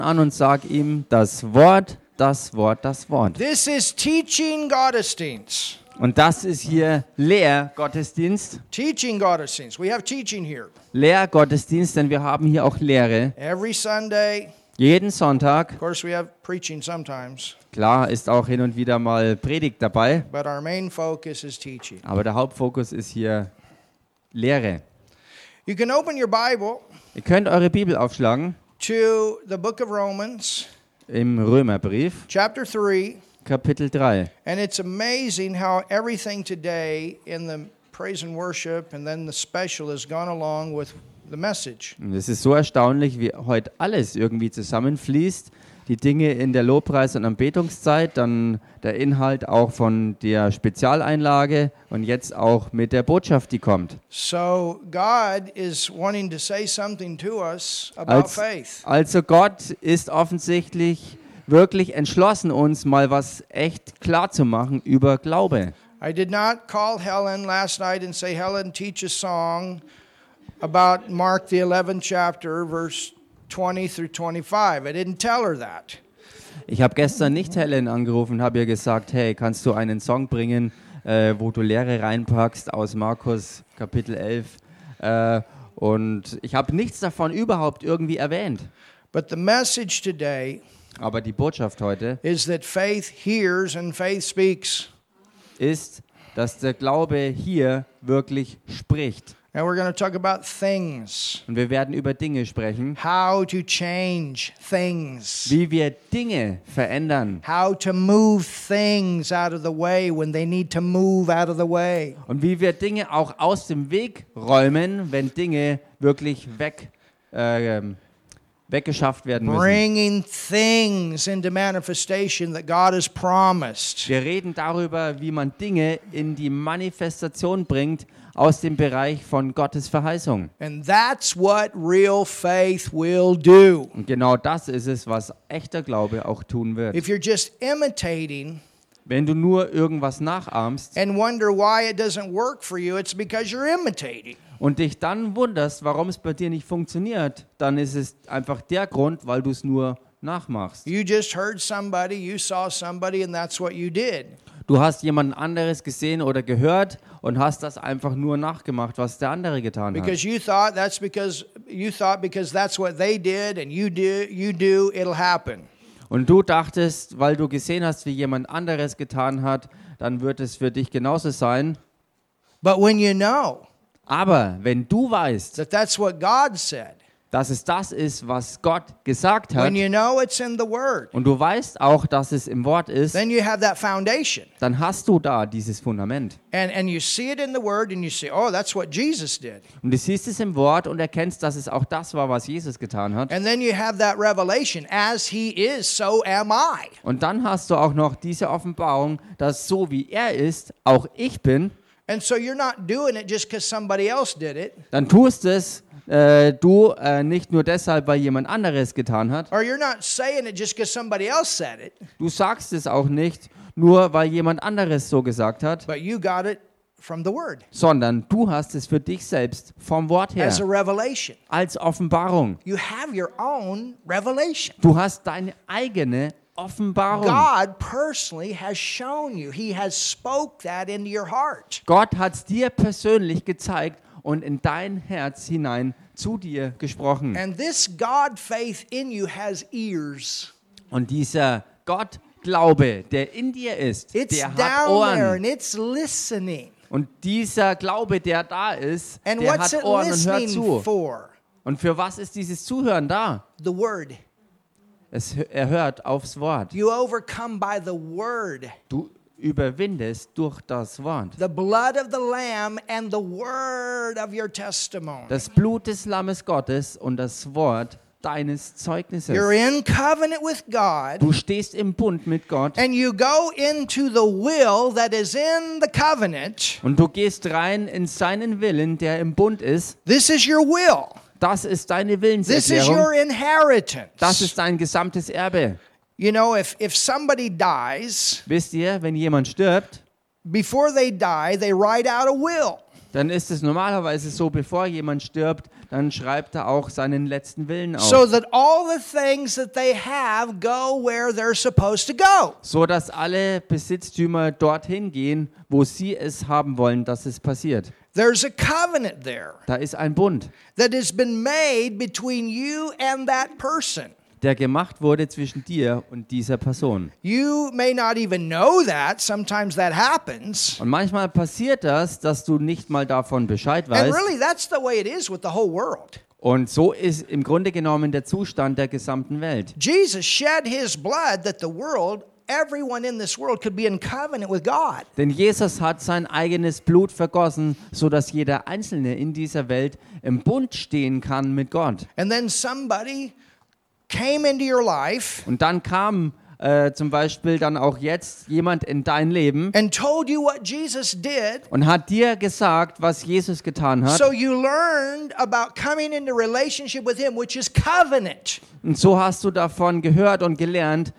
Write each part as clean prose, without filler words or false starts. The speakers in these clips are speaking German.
an und sag ihm das Wort, das Wort, das Wort. This is teaching Gottesdienst. Und das ist hier Lehrgottesdienst. Teaching Gottesdienst. We have teaching here. Lehrgottesdienst, denn wir haben hier auch Lehre. Every Sunday. Jeden Sonntag. Of course, we have preaching sometimes. Klar ist auch hin und wieder mal Predigt dabei. But our main focus is teaching. Aber der Hauptfokus ist hier Lehre. You can open your Bible Ihr könnt eure Bibel aufschlagen to the book of Romans, im Römerbrief, chapter 3. Kapitel 3. And it's amazing how everything today in the praise and worship and then the special has gone along with the message. Und es ist so erstaunlich, wie heute alles irgendwie zusammenfließt. Die Dinge in der Lobpreis- und Anbetungszeit, dann der Inhalt auch von der Spezialeinlage und jetzt auch mit der Botschaft, die kommt. So God is wanting to say something to us about faith. Also Gott ist offensichtlich wirklich entschlossen, uns mal was echt klar zu machen über Glaube. I did not call Helen last night and say, Helen, teach a song about Mark the 11th chapter, verse 20 through 25. I didn't tell her that. Ich habe gestern nicht Helen angerufen und habe ihr gesagt, hey, kannst du einen Song bringen, wo du Lehre reinpackst aus Markus Kapitel 11. Und ich habe nichts davon überhaupt irgendwie erwähnt. But the message today Aber die Botschaft heute is that faith hears and faith speaks. ist, dass der Glaube hier wirklich spricht. And we're going to talk about things. Und wir werden über Dinge sprechen, How to change things. wie wir Dinge verändern How to move things out of the way when they need to move out of the way. und wie wir Dinge auch aus dem Weg räumen, wenn Dinge wirklich weggeschafft werden müssen. Bringing things into manifestation that God has promised. Wir reden darüber, wie man Dinge in die Manifestation bringt aus dem Bereich von Gottes Verheißung. And that's what real faith will do. Und genau das ist es, was echter Glaube auch tun wird. If you're just imitating Wenn du nur irgendwas nachahmst and wonder why it doesn't work for you, it's because you're imitating. und dich dann wunderst, warum es bei dir nicht funktioniert, dann ist es einfach der Grund, weil du es nur nachmachst. You just heard somebody, you saw somebody, and that's what you did. Du hast jemand anderes gesehen oder gehört und hast das einfach nur nachgemacht, was der andere getan hat. Because you thought because that's what they did and you do, it'll happen. Und du dachtest, weil du gesehen hast, wie jemand anderes getan hat, dann wird es für dich genauso sein. But when you know Aber wenn du weißt, that that's what God said, dass es das ist, was Gott gesagt hat, when you know it's in the Word, und du weißt auch, dass es im Wort ist, then you have that foundation. dann hast du da dieses Fundament. And you see it in the Word and you say, oh, that's what Jesus did. Und du siehst es im Wort und erkennst, dass es auch das war, was Jesus getan hat. And then you have that revelation, as He is, so am I. Und dann hast du auch noch diese Offenbarung, dass so wie er ist, auch ich bin. And so you're not doing it just because somebody else did it, Dann tust es nicht nur deshalb, weil jemand anderes getan hat. or you're not saying it just because somebody else said it, Du sagst es auch nicht nur, weil jemand anderes so gesagt hat, but you got it from the Word sondern du hast es für dich selbst vom Wort her as a revelation. als Offenbarung. You have your own revelation. Du hast deine eigene Offenbarung. God personally has shown you. He has spoke that into your heart. Gott hat es dir persönlich gezeigt und in dein Herz hinein zu dir gesprochen. And this God faith in you has ears. Und dieser Gottglaube, der in dir ist, It's der hat down there Ohren. and it's listening. Und dieser Glaube, der da ist, And der what's hat it Ohren und hört listening zu. for? Und für was ist dieses Zuhören da? The Word. Er hört aufs Wort. You overcome by the Word. Du überwindest durch das Wort. The blood of the Lamb and the word of your testimony. Das Blut des Lammes Gottes und das Wort deines Zeugnisses. You're in covenant with God. Du stehst im Bund mit Gott And you go into the will that is in the covenant. und du gehst rein in seinen Willen, der im Bund ist. This is your will. Das ist deine This is Willenserklärung. your inheritance. Das ist dein gesamtes Erbe. You know, if somebody dies, Wisst ihr, wenn jemand stirbt, before they die, they write out a will. dann ist es normalerweise so, bevor jemand stirbt, dann schreibt er auch seinen letzten Willen auf. So that all the things that they have go where they're supposed to go. So dass alle Besitztümer dorthin gehen, wo sie es haben wollen, dass es passiert. There's a covenant there Da ist ein Bund, that has been made between you and that person. der gemacht wurde zwischen dir und dieser Person. You may not even know that. Sometimes that happens. Und manchmal passiert das, dass du nicht mal davon Bescheid And weißt. really, that's the way it is with the whole world. Und so ist im Grunde genommen der Zustand der gesamten Welt. Jesus shed his blood that the world, everyone in this world, could be in covenant with God. Denn Jesus hat sein eigenes Blut vergossen, sodass jeder Einzelne in dieser Welt im Bund stehen kann mit Gott. And then somebody came into your life Und dann kam zum Beispiel dann auch jetzt jemand in dein Leben and told you what Jesus did. und hat dir gesagt, was Jesus getan hat. So you learned about coming into relationship with him, which is covenant. Und so hast du davon gehört und gelernt,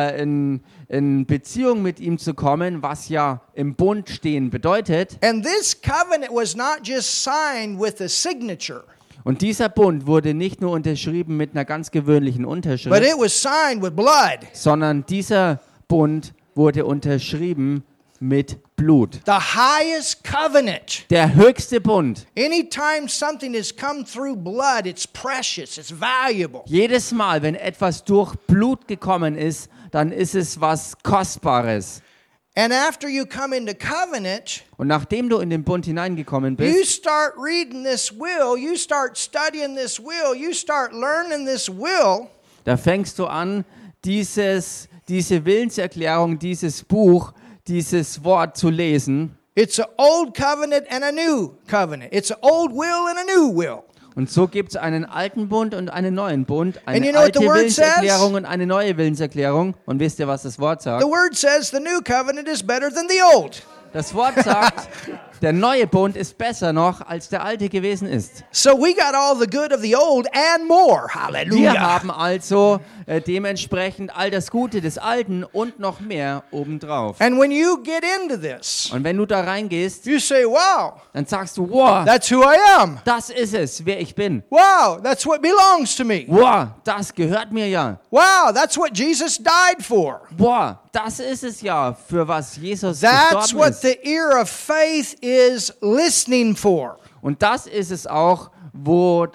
in Beziehung mit ihm zu kommen, was ja im Bund stehen bedeutet. And this covenant was not just signed with a signature, Und dieser Bund wurde nicht nur unterschrieben mit einer ganz gewöhnlichen but Unterschrift, it was signed with blood. sondern dieser Bund wurde unterschrieben mit Blut. The highest covenant. Der höchste Bund. Anytime something has come through blood, it's precious, it's valuable. Jedes Mal, wenn etwas durch Blut gekommen ist, dann ist es was Kostbares. And after you come into covenant, Und nachdem du in den Bund hineingekommen you bist, start reading this will, you start studying this will, you start learning this will. da fängst du an, diese Willenserklärung, dieses Buch, dieses Wort zu lesen. It's an old covenant and a new covenant. It's an old will and a new will. Und so gibt es einen alten Bund und einen neuen Bund, And you eine know what alte the word Willenserklärung und eine neue Willenserklärung. Und wisst ihr, was das Wort sagt? The word says the new covenant is better than the old. Das Wort sagt, der neue Bund ist besser noch, als der alte gewesen ist. So we got all the good of the old and more. Wir Hallelujah. haben also dementsprechend all das Gute des Alten und noch mehr obendrauf. And when you get into this, Und wenn du da reingehst, you say, wow, dann sagst du, wow, that's who I am. das ist es, wer ich bin. Wow, that's what belongs to me. Wow, das gehört mir ja. Wow, that's what Jesus died for. Wow, das ist es ja, für was Jesus That's gestorben what ist. the ear of faith is listening for. Und das ist es auch, wo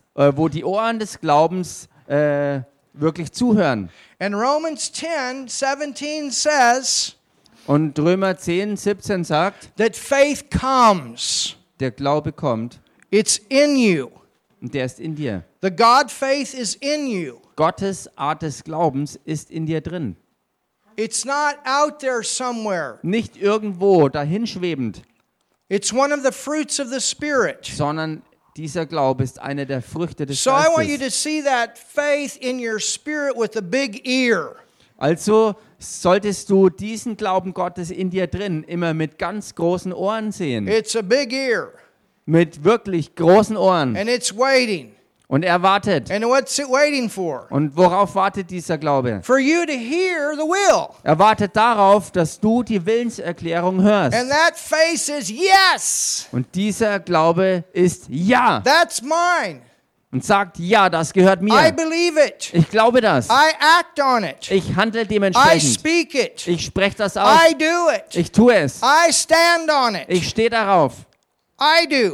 die Ohren des Glaubens wirklich zuhören. And Romans 10:17 says Und Römer 10, 17 sagt, that faith comes. der Glaube kommt It's in you. und der ist in dir. The God faith is in you. Gottes Art des Glaubens ist in dir drin. It's not out there somewhere. Nicht irgendwo dahinschwebend, It's one of the fruits of the Spirit. sondern dieser Glaube ist eine der Früchte des So I want you Geistes. to see that faith in your spirit with a big ear. Also solltest du diesen Glauben Gottes in dir drin immer mit ganz großen Ohren sehen. It's a big ear. Mit wirklich großen Ohren. And it's waiting. Und er wartet. And what's it waiting for? Und worauf wartet dieser Glaube? For you to hear the will. Er wartet darauf, dass du die Willenserklärung hörst. And that faith says, yes, Und dieser Glaube ist Ja. that's mine. Und sagt, ja, das gehört I mir. believe it. Ich glaube das. I act on it. Ich handle I dementsprechend. speak it. Ich spreche das aus. I do it. Ich tue es. I stand on it. Ich stehe darauf. I do.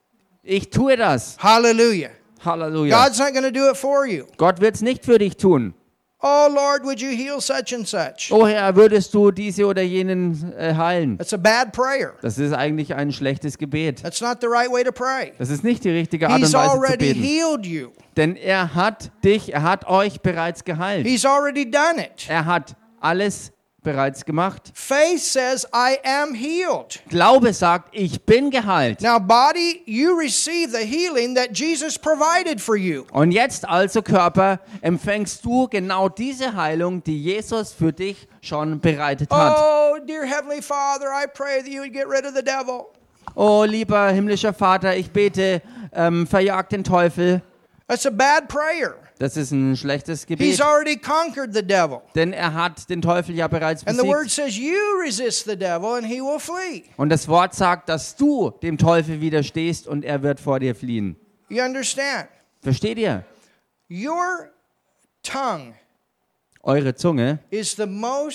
Ich tue das. Hallelujah. Halleluja. God's not going to do it for you. Gott wird es nicht für dich tun. Oh Lord, would you heal such and such? Oh Herr, würdest du diese oder jenen heilen? That's a bad prayer. Das ist eigentlich ein schlechtes Gebet. That's not the right way to pray. Das ist nicht die richtige Art und He's Weise zu already beten. healed you. Denn er hat euch bereits geheilt. He's already done it. Er hat alles bereits gemacht. Faith says, I am healed. Glaube sagt, ich bin geheilt. Now, body, you receive the healing that Jesus provided for you. Und jetzt also Körper, empfängst du genau diese Heilung, die Jesus für dich schon bereitet hat. Oh, dear Heavenly Father, I pray that you would get rid of the devil. Oh, lieber himmlischer Vater, ich bete, verjag den Teufel. That's a bad prayer. Das ist ein schlechtes He's Gebet, already conquered the devil. denn er hat den Teufel ja bereits And the word besiegt. says, you resist the devil and he will flee. Und das Wort sagt, dass du dem Teufel widerstehst und er wird vor dir fliehen. You understand? Versteht ihr? Your tongue Eure Zunge is the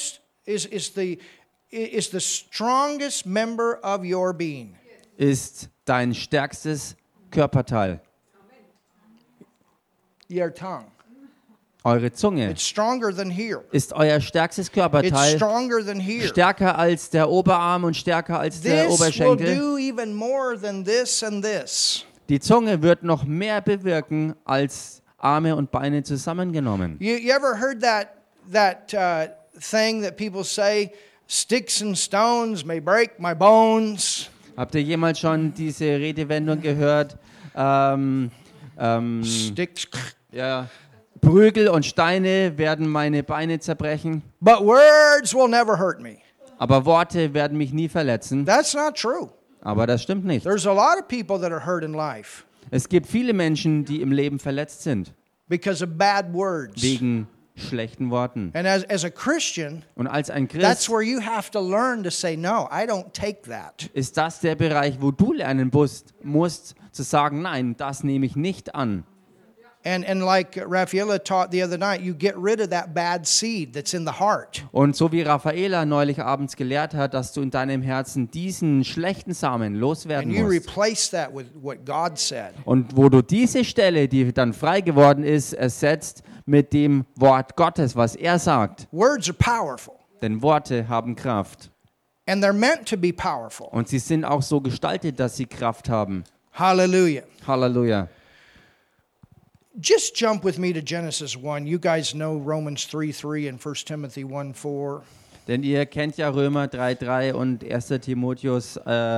strongest member of your being. ist dein stärkstes Körperteil. Your tongue. Eure Zunge It's stronger than here. ist euer stärkstes It's Körperteil. stronger than here. Stärker als der Oberarm und stärker als der This will Oberschenkel. do even more than this and this. Die Zunge wird noch mehr bewirken als Arme und Beine zusammengenommen. You ever heard that thing that people say, sticks and stones may break my bones? Habt ihr jemals schon diese Redewendung gehört? Sticks. Ja, Prügel und Steine werden meine Beine zerbrechen, But words will never hurt me. aber Worte werden mich nie verletzen. That's not true. Aber das stimmt nicht. There's a lot of people that are hurt in life Es gibt viele Menschen, die im Leben verletzt sind, because of bad words. wegen schlechten Worten. And as a Christian, Und als ein that's Christ where you have to learn to say, no, I don't take that. ist das der Bereich, wo du lernen musst zu sagen, nein, das nehme ich nicht an. And like Raffaella taught the other night, you get rid of that bad seed that's in the heart. Und so wie Raffaela neulich abends gelehrt hat, dass du in deinem Herzen diesen schlechten Samen loswerden And you musst. replace that with what God said. Und wo du diese Stelle, die dann frei geworden ist, ersetzt mit dem Wort Gottes, was er sagt. Words are powerful. Denn Worte haben Kraft. And they're meant to be powerful. Und sie sind auch so gestaltet, dass sie Kraft haben. Hallelujah. Halleluja. Just jump with me to Genesis 1. You guys know Romans 3:3 and 1 Timothy 1:4. Denn ihr kennt ja Römer 3,3 und 1. Timotheus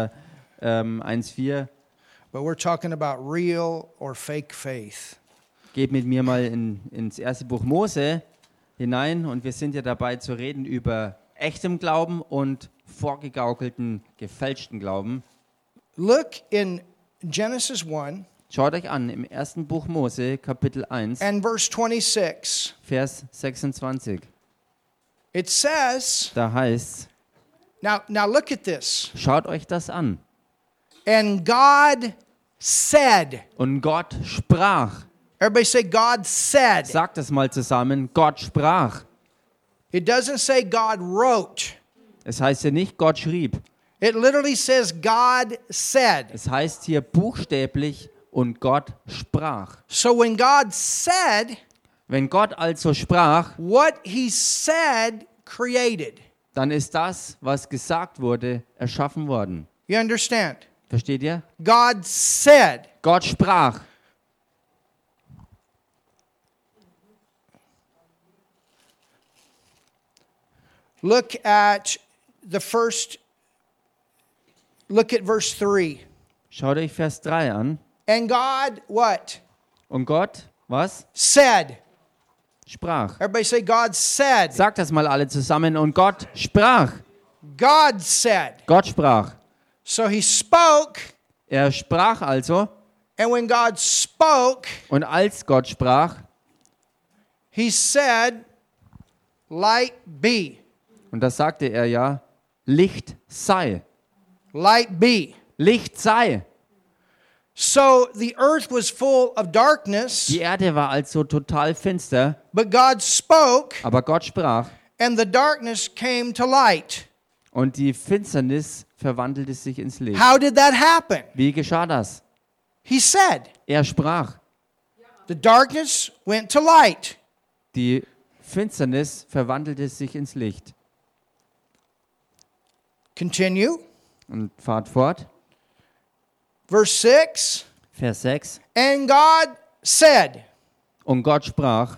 1,4. But we're talking about real or fake faith. Geht mit mir mal ins erste Buch Mose hinein und wir sind ja dabei zu reden über echtem Glauben und vorgegaukelten, gefälschten Glauben. Look in Genesis 1 Schaut euch an, im ersten Buch Mose, Kapitel 1, and verse 26. Vers 26. It says, Da heißt, now look at this. schaut euch das an. And God said. Und Gott sprach. Everybody say God said. Sagt das mal zusammen, Gott sprach. It doesn't say God wrote. Es heißt ja nicht, Gott schrieb. It literally says God said. Es heißt hier buchstäblich, und Gott sprach. So when God said, Wenn Gott also sprach, what he said created. dann ist das, was gesagt wurde, erschaffen worden. You understand? Versteht ihr? God said. Gott sprach. Look at verse 3. Schaut euch Vers 3 an. And God, what? Und Gott, was? Said. Sprach. Everybody say God said. Sagt das mal alle zusammen. Und Gott sprach. God said. Gott sprach. So he spoke. Er sprach also. And when God spoke, Und als Gott sprach, he said, light be. und das sagte er ja, Licht sei. Light be. Licht sei. So the earth was full of darkness, Die Erde war also total finster, but God spoke, aber Gott sprach. and the darkness came to light. Und die Finsternis verwandelte sich ins Licht. How did that happen? Wie geschah das? He said. Er sprach. The darkness went to light. Die Finsternis verwandelte sich ins Licht. Continue. Und fahrt fort. Verse 6. Vers 6. And God said, Und Gott sprach,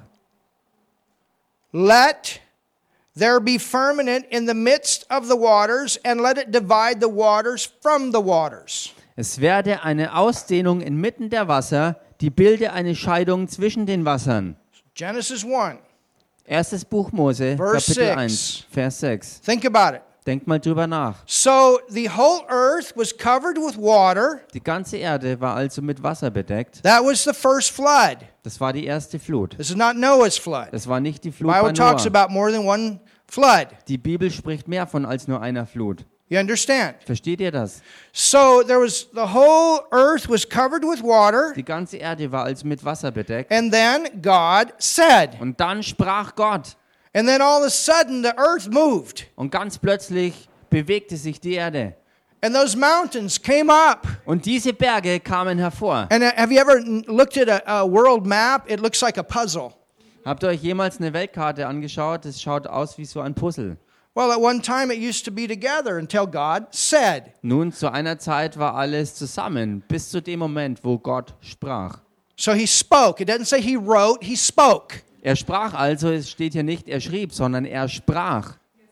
let there be firmament in the midst of the waters, and let it divide the waters from the waters. es werde eine Ausdehnung inmitten der Wasser, die bilde eine Scheidung zwischen den Wassern. Genesis 1. Erstes Buch Mose, Verse Kapitel 6. 1, Vers 6. Think about it. Denkt mal drüber nach. So the whole earth was covered with water. Die ganze Erde war also mit Wasser bedeckt. That was the first flood. Das war die erste Flut. This is not Noah's flood. Das war nicht die The Flut bei Bible talks Noah. about more than one flood. Die Bibel spricht mehr von als nur einer Flut. You understand? Versteht ihr das? So the whole earth was covered with water, Die ganze Erde war also mit Wasser bedeckt. and then God said, Und dann sprach Gott. and then all of a sudden the earth moved, Und ganz plötzlich bewegte sich die Erde. and those mountains came up. Und diese Berge kamen hervor. And have you ever looked at a world map? It looks like a puzzle. Habt ihr euch jemals eine Weltkarte angeschaut? Es schaut aus wie so ein Puzzle. Well, at one time it used to be together until God said. Nun, zu einer Zeit war alles zusammen, bis zu dem Moment, wo Gott sprach. So he spoke. It doesn't say he wrote, he spoke. Er sprach also, es steht hier nicht, er schrieb, sondern er sprach.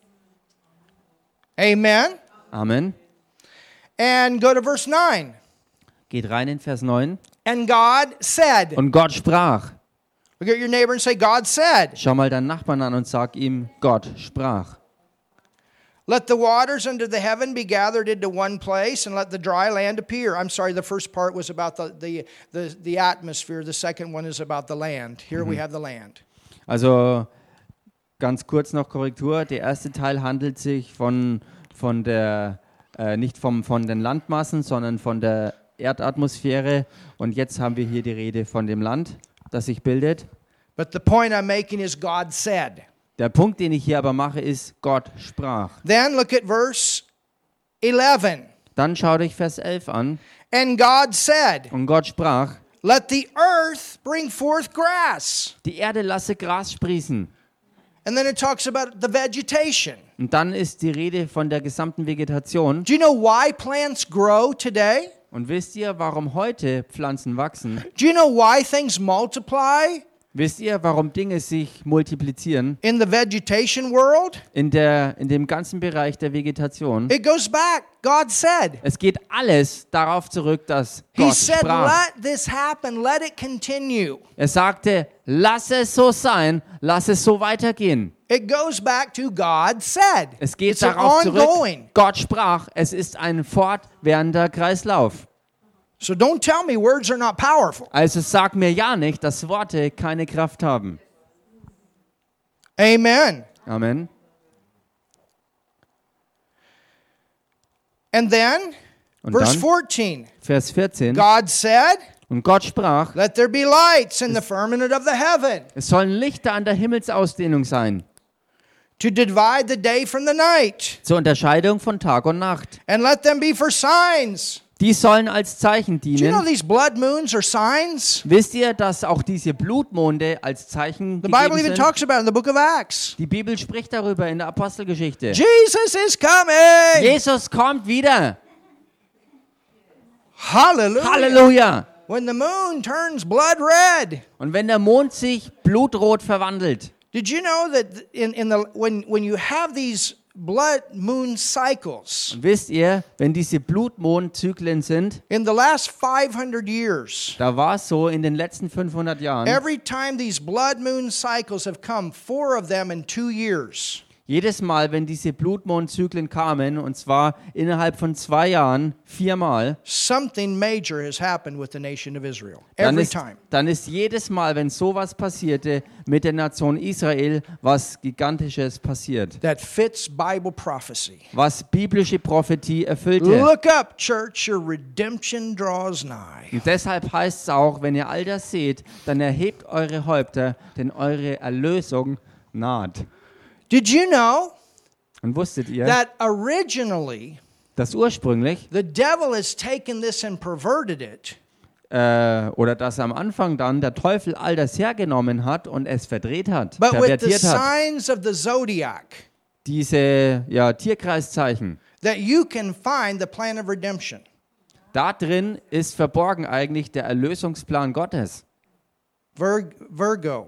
Amen. Amen. And go to verse 9. Geht rein in Vers 9. And God said. Und Gott sprach. Look at your neighbor and say, God said. Schau mal deinen Nachbarn an und sag ihm, Gott sprach. Let the waters under the heaven be gathered into one place, and let the dry land appear. I'm sorry, the first part was about the atmosphere. The second one is about the land. Here we have the land. Also ganz kurz noch Korrektur. Der erste Teil handelt sich von den Landmassen, sondern von der Erdatmosphäre. Und jetzt haben wir hier die Rede von dem Land, das sich bildet. But the point I'm making is God said. Der Punkt, den ich hier aber mache, ist, Gott sprach. Then look at verse 11. Dann schau dich Vers 11 an. And God said, Und Gott sprach, let the earth bring forth grass. die Erde lasse Gras sprießen. And then it talks about the vegetation. Und dann ist die Rede von der gesamten Vegetation. Do you know why plants grow today? Und wisst ihr, warum heute Pflanzen wachsen? Do you know why things multiply Wisst ihr, warum Dinge sich multiplizieren? in the vegetation world? In dem ganzen Bereich der Vegetation. It goes back. God said. Es geht alles darauf zurück, dass He Gott said, sprach. let this happen. Let it continue. Er sagte, lass es so sein, lass es so weitergehen. It goes back to God said. Es geht It's an darauf zurück, ongoing. Gott sprach. Es ist ein fortwährender Kreislauf. So don't tell me words are not powerful. Also sag mir ja nicht, dass Worte keine Kraft haben. Amen. Amen. And then, Und verse dann 14. Vers 14. God said, Und Gott sprach, let there be lights in the firmament of the heaven es sollen Lichter an der Himmelsausdehnung sein, to divide the day from the night. zur Unterscheidung von Tag und Nacht. And let them be for signs. Die sollen als Zeichen Do you know dienen. these blood moons are signs? Wisst ihr, dass auch diese Blutmonde als Zeichen The Bible gegeben even sind? talks about it in the book of Acts. Die Bibel spricht darüber in der Apostelgeschichte. Jesus is coming. Jesus kommt wieder. Hallelujah. Halleluja. When the moon turns blood red. Und wenn der Mond sich blutrot verwandelt, Did you know that when you have these blood moon cycles, wisst ihr, wenn diese Blutmondzyklen sind, in the last 500 years, da war es so in den letzten 500 Jahren, every time these blood moon cycles have come, 4 of them in 2 years. jedes Mal, wenn diese Blutmondzyklen kamen, und zwar innerhalb von 2 Jahren, 4-mal, Something major has happened with the nation of Israel. Every time. dann ist jedes Mal, wenn sowas passierte, mit der Nation Israel was Gigantisches passiert. That fits Bible prophecy. Was biblische Prophetie erfüllte. Look up, church, your redemption draws nigh. Und deshalb heißt es auch, wenn ihr all das seht, dann erhebt eure Häupter, denn eure Erlösung naht. Did you know Und wusstet ihr, that originally dass ursprünglich, the devil has taken this and perverted it? oder dass am Anfang dann der Teufel all das hergenommen hat und es verdreht hat, But with the pervertiert hat. signs of the zodiac, Diese Tierkreiszeichen. that you can find the plan of redemption. Da drin ist verborgen eigentlich der Erlösungsplan Gottes. Virgo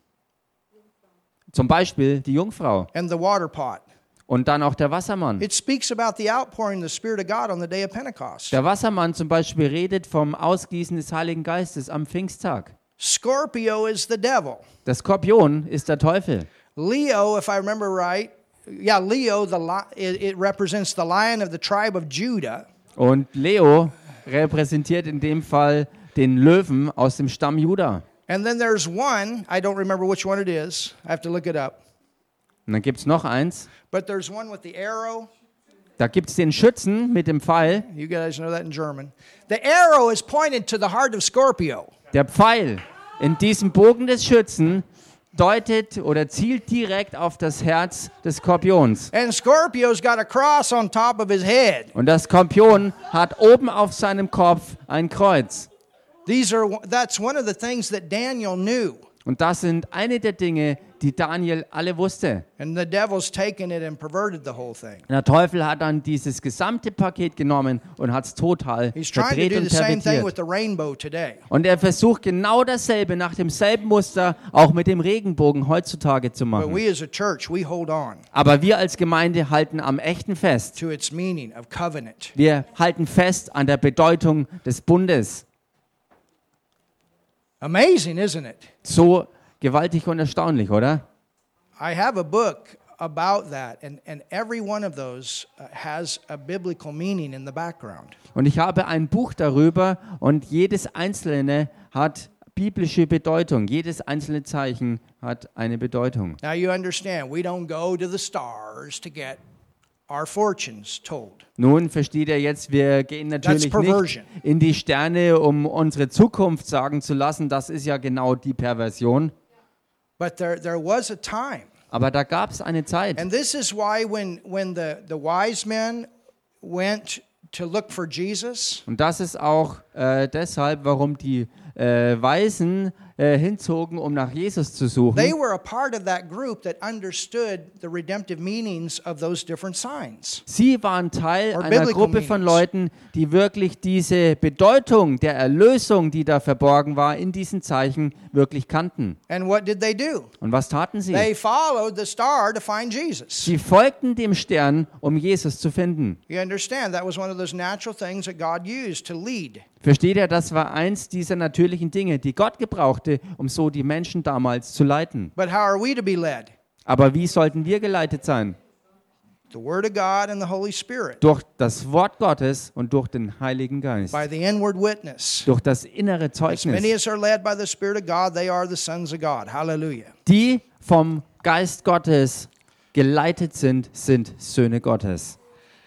Zum Beispiel die Jungfrau and the water pot. und dann auch der Wassermann. It speaks about the outpouring of the Spirit of God on the day of Pentecost. Der Wassermann zum Beispiel redet vom Ausgießen des Heiligen Geistes am Pfingsttag. Scorpio is the devil. Der Skorpion ist der Teufel. Leo, if I remember right, Leo, it represents the lion of the tribe of Judah. Und Leo repräsentiert in dem Fall den Löwen aus dem Stamm Juda. And then there's one, I don't remember which one it is. I have to look it up. Und dann gibt es noch eins. But there's one with the arrow. Da gibt es den Schützen mit dem Pfeil. You guys know that in German. The arrow is pointed to the heart of Scorpio. Der Pfeil in diesem Bogen des Schützen deutet oder zielt direkt auf das Herz des Skorpions. And Scorpio's got a cross on top of his head. Und der Skorpion hat oben auf seinem Kopf ein Kreuz. That's one of the things that Daniel knew. Und das sind eine der Dinge, die Daniel alle wusste. And the devil's taken it and perverted the whole thing. Der Teufel hat dann dieses gesamte Paket genommen und hat es total He's trying to verdreht do und the same thing pervertiert. with the rainbow today. Und er versucht genau dasselbe nach demselben Muster auch mit dem Regenbogen heutzutage zu But machen. we as a church, we hold on Aber wir als Gemeinde halten am Echten fest. to its meaning of covenant. Wir halten fest an der Bedeutung des Bundes. Amazing, isn't it? So gewaltig und erstaunlich, oder? I have a book about that, and every one of those has a biblical meaning in the background. Und ich habe ein Buch darüber und jedes einzelne hat biblische Bedeutung. Jedes einzelne Zeichen hat eine Bedeutung. Now you understand, we don't go to the stars to get our fortunes told. Nun versteht ihr jetzt, wir gehen natürlich nicht perversion. in die Sterne, um unsere Zukunft sagen zu lassen. Das ist ja genau die Perversion. But there was a time. Aber da gab es eine Zeit. And this is why when the wise men went to look for Jesus, Und das ist auch deshalb, warum die Weisen hinzogen, um nach Jesus zu they suchen. were a part of that group that understood the redemptive meanings of those different signs. Sie waren Teil Or einer biblical Gruppe von meanings. Leuten, die wirklich diese Bedeutung der Erlösung, die da verborgen war, in diesen Zeichen wirklich kannten. And what did they do? Und was taten sie? They followed the star to find Jesus. Sie folgten dem Stern, um Jesus zu finden. You understand, that was one of those natural things that God used to lead. Versteht ihr, das war eins dieser natürlichen Dinge, die Gott gebrauchte, um so die Menschen damals zu leiten. But how are we to be led? Aber wie sollten wir geleitet sein? The Word of God and the Holy Spirit. Durch das Wort Gottes und durch den Heiligen Geist. By the inward witness. Durch das innere As many Zeugnis. as are led by the Spirit of God, they are the sons of God. Hallelujah. Die vom Geist Gottes geleitet sind, sind Söhne Gottes.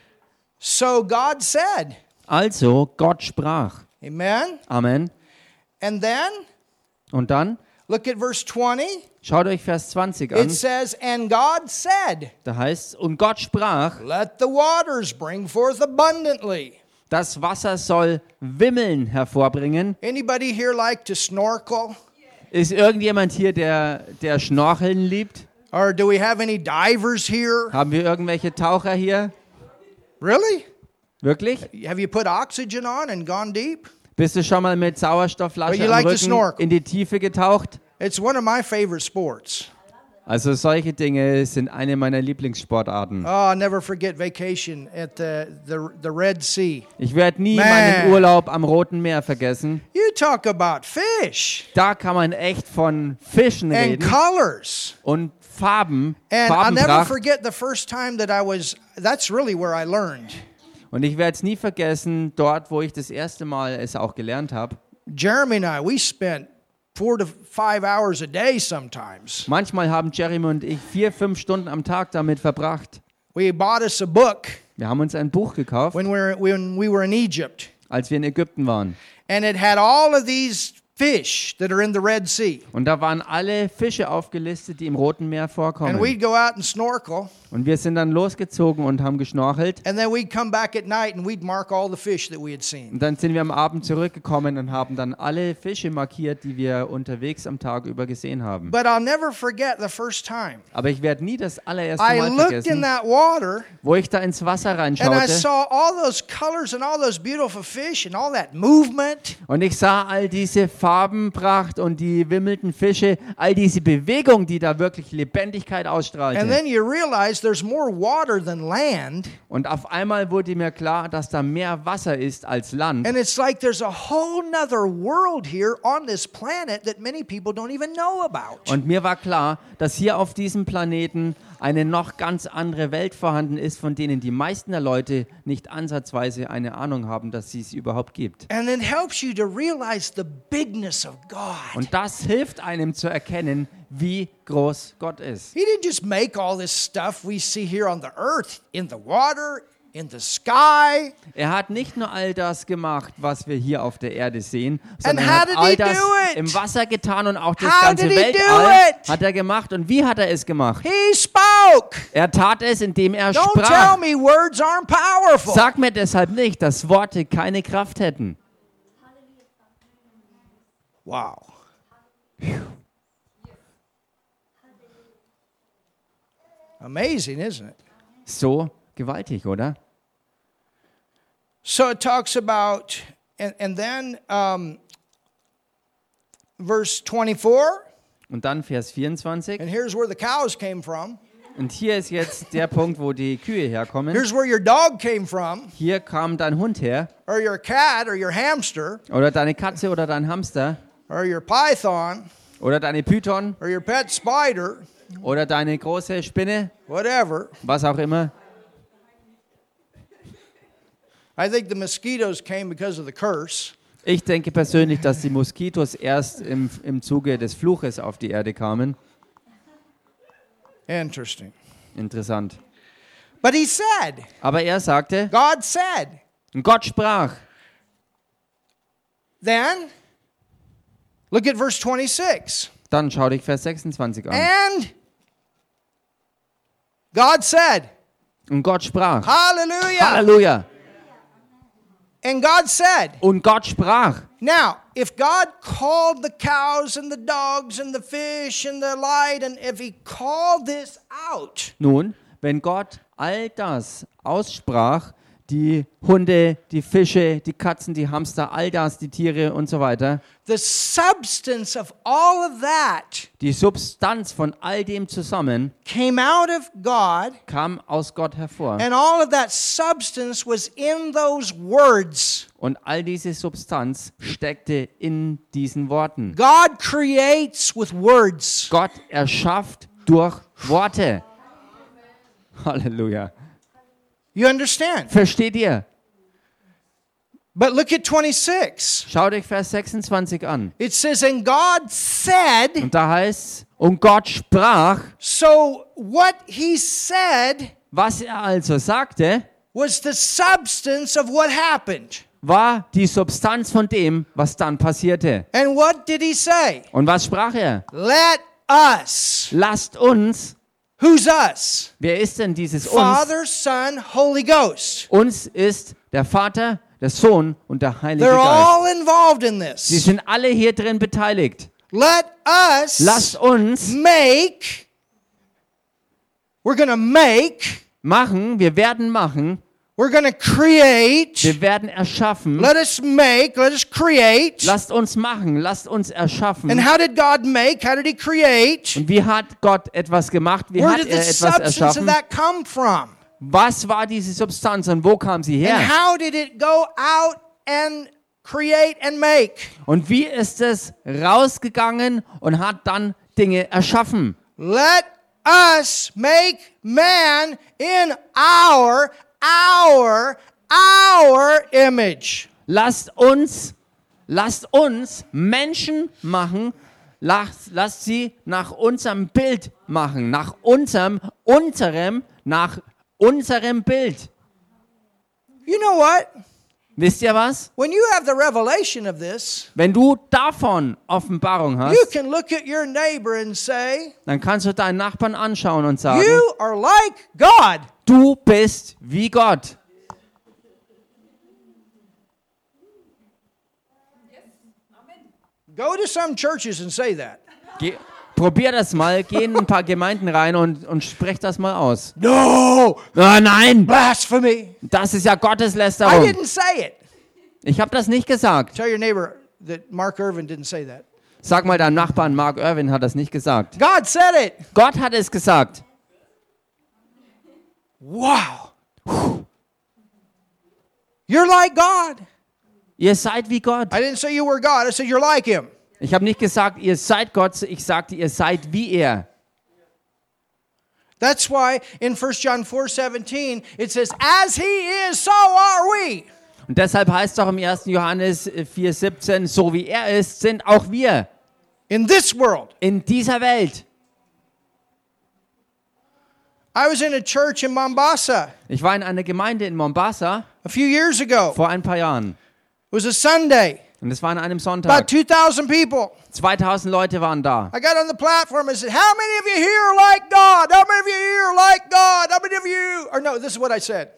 So God said, Also Gott sprach. amen. Amen. And then, Und dann look at verse 20. schaut euch Vers 20 an. It says, and God said, Da heißt es, und Gott sprach, let the waters bring forth abundantly. das Wasser soll Wimmeln hervorbringen. Anybody here like to snorkel? Ist irgendjemand hier, der Schnorcheln liebt? Or do we have any divers here? Haben wir irgendwelche Taucher hier? Really? Wirklich? Have you put oxygen on and gone deep? Bist du schon mal mit Sauerstoffflasche But you am like to Rücken snorkel. in die Tiefe getaucht? It's one of my favorite sports. Also solche Dinge sind eine meiner Lieblingssportarten. Oh, I'll never forget vacation at the Red Sea. Ich werde nie Man. meinen Urlaub am Roten Meer vergessen. You talk about fish Da kann man echt von Fischen and reden colors. und Farben, And I'll never Farbenpracht. forget the first time that that's really where I learned. Und ich werde es nie vergessen, dort, wo ich das erste Mal es auch gelernt habe. Jeremy and I, we spent 4 to 5 hours a day sometimes. Manchmal haben Jeremy und ich 4-5 Stunden am Tag damit verbracht. We bought us a book Wir haben uns ein Buch gekauft, when we were in Egypt. als wir in Ägypten waren. And it had all of these fish that are in the Red Sea. Und da waren alle Fische aufgelistet, die im Roten Meer And vorkommen. we'd go out and snorkel. Und wir sind dann losgezogen und haben geschnorchelt. And then we'd come back at night and we'd mark all the fish that we had seen. Und dann sind wir am Abend zurückgekommen und haben dann alle Fische markiert, die wir unterwegs am Tag über gesehen haben. But I'll never forget the first time. Aber ich werde nie das allererste I Mal looked in vergessen, that water wo ich da ins Wasser and I reinschaute saw all those colors and all those beautiful fish and all that movement. und ich sah all diese Farbenpracht und die wimmelnden Fische, all diese Bewegung, die da wirklich Lebendigkeit And ausstrahlte. then you realize there's more water than land. Und auf einmal wurde mir klar, dass da mehr Wasser ist als Land. And it's like there's a whole nother world here on this planet that many people don't even know about. Und mir war klar, dass hier auf diesem Planeten eine noch ganz andere Welt vorhanden ist, von denen die meisten der Leute nicht ansatzweise eine Ahnung haben, dass sie es überhaupt gibt. And it helps you to realize the bigness of God. Und das hilft einem zu erkennen, wie groß Gott ist. He didn't just make all this stuff we see here on the earth, in the water, in the sky. Er hat nicht nur all das gemacht, was wir hier auf der Erde sehen, sondern how er hat did all he das do it? im Wasser getan und auch das How ganze did he do Weltall it? hat er gemacht. Und wie hat er es gemacht? He spoke. Er tat es, indem er Don't tell sprach. me words aren't powerful. Sag mir deshalb nicht, dass Worte keine Kraft hätten. Wow. Amazing, isn't it? So gewaltig, oder? So it talks about, and then verse 24, Und dann Vers 24. and here's where the cows came from. Und hier ist jetzt der Punkt, wo die Kühe herkommen. Here's where your dog came from, Hier kam dein Hund her. or your cat, or your hamster, Oder deine Katze oder dein Hamster. or your python, Oder deine Python. or your pet spider, Oder deine große Spinne. whatever. Was auch immer. I think the mosquitoes came because of the curse. Ich denke persönlich, dass die Moskitos erst im Zuge des Fluches auf die Erde kamen. Interesting. Interessant. But he said, Aber er sagte, God said, und Gott sprach. then, look at verse 26. Dann schau dich Vers 26 an. And God said, Und Gott sprach. hallelujah. Halleluja. And God said, Und Gott sprach. now, if God called the cows and the dogs and the fish and the light, and if he called this out, Nun, wenn Gott all das aussprach, die Hunde, die Fische, die Katzen, die Hamster, all das, die Tiere und so weiter, the substance of all of that die Substanz von all dem zusammen came out of God, kam aus Gott hervor. and all of that substance was in those words. Und all diese Substanz steckte in diesen Worten. God creates with words. Gott erschafft durch Worte. Halleluja. You understand? Versteht ihr? But look at 26. Schaut euch Vers 26 an. It says, and God said, Und da heißt, und Gott sprach, so what he said was er also sagte, was the substance of what happened. war die Substanz von dem, was dann passierte. And what did he say? Und was sprach er? Let us. Lasst uns, Who's us? wer ist denn dieses uns? Father, Son, Holy Ghost. Uns ist der Vater, der Sohn und der Heilige They're Geist. all involved in Sie this. sind alle hier drin beteiligt. Let us Lasst uns make. We're going to make. machen, wir werden machen, We're going to create. wir werden erschaffen. Let us make. Let us create. Lasst uns machen, lasst uns erschaffen. And how did God make? How did he create? Und wie hat Gott etwas gemacht? Wie Where hat did er the etwas substance of erschaffen? that come from? Was war diese Substanz und wo kam sie And her? how did it go out and create and make? Und wie ist es rausgegangen und hat dann Dinge erschaffen? Let us make man in our image. Lasst uns Menschen machen, lasst sie nach unserem Bild machen, nach unserem Bild. You know what? Wisst ihr was? When you have the revelation of this, Wenn du davon Offenbarung you hast, can look at your neighbor and say, dann kannst du deinen Nachbarn anschauen und sagen, you are like God. du bist wie Gott. Go to some churches and say that. Probier das mal, geh in ein paar Gemeinden rein und sprech das mal aus. No, Nein, blasphemy. das ist ja I Gotteslästerung. didn't say it. Ich habe das nicht gesagt. Tell your neighbor that Mark Irvin didn't say that. Sag mal deinem Nachbarn, Mark Irvin hat das nicht gesagt. God said it. Gott hat es gesagt. Wow. You're like God. Ihr seid wie Gott. I didn't say you were God. I said you're like him. Ich habe nicht gesagt, ihr seid Gott, ich sagte, ihr seid wie er. That's why in 1 John 4:17 it says, as he is, so are we. Und deshalb heißt es auch im 1. Johannes 4,17, so wie er ist, sind auch wir In this world. in dieser Welt. I was in a church in Mombasa Ich war in einer Gemeinde in Mombasa a few years ago. vor ein paar Jahren. It was a Sunday. Und es war an einem About Sonntag. 2,000 people. 2000 Leute waren da. I got on the platform and said, how many of you here like God? How many of you here like God? How many of you? Or no, this is what I said.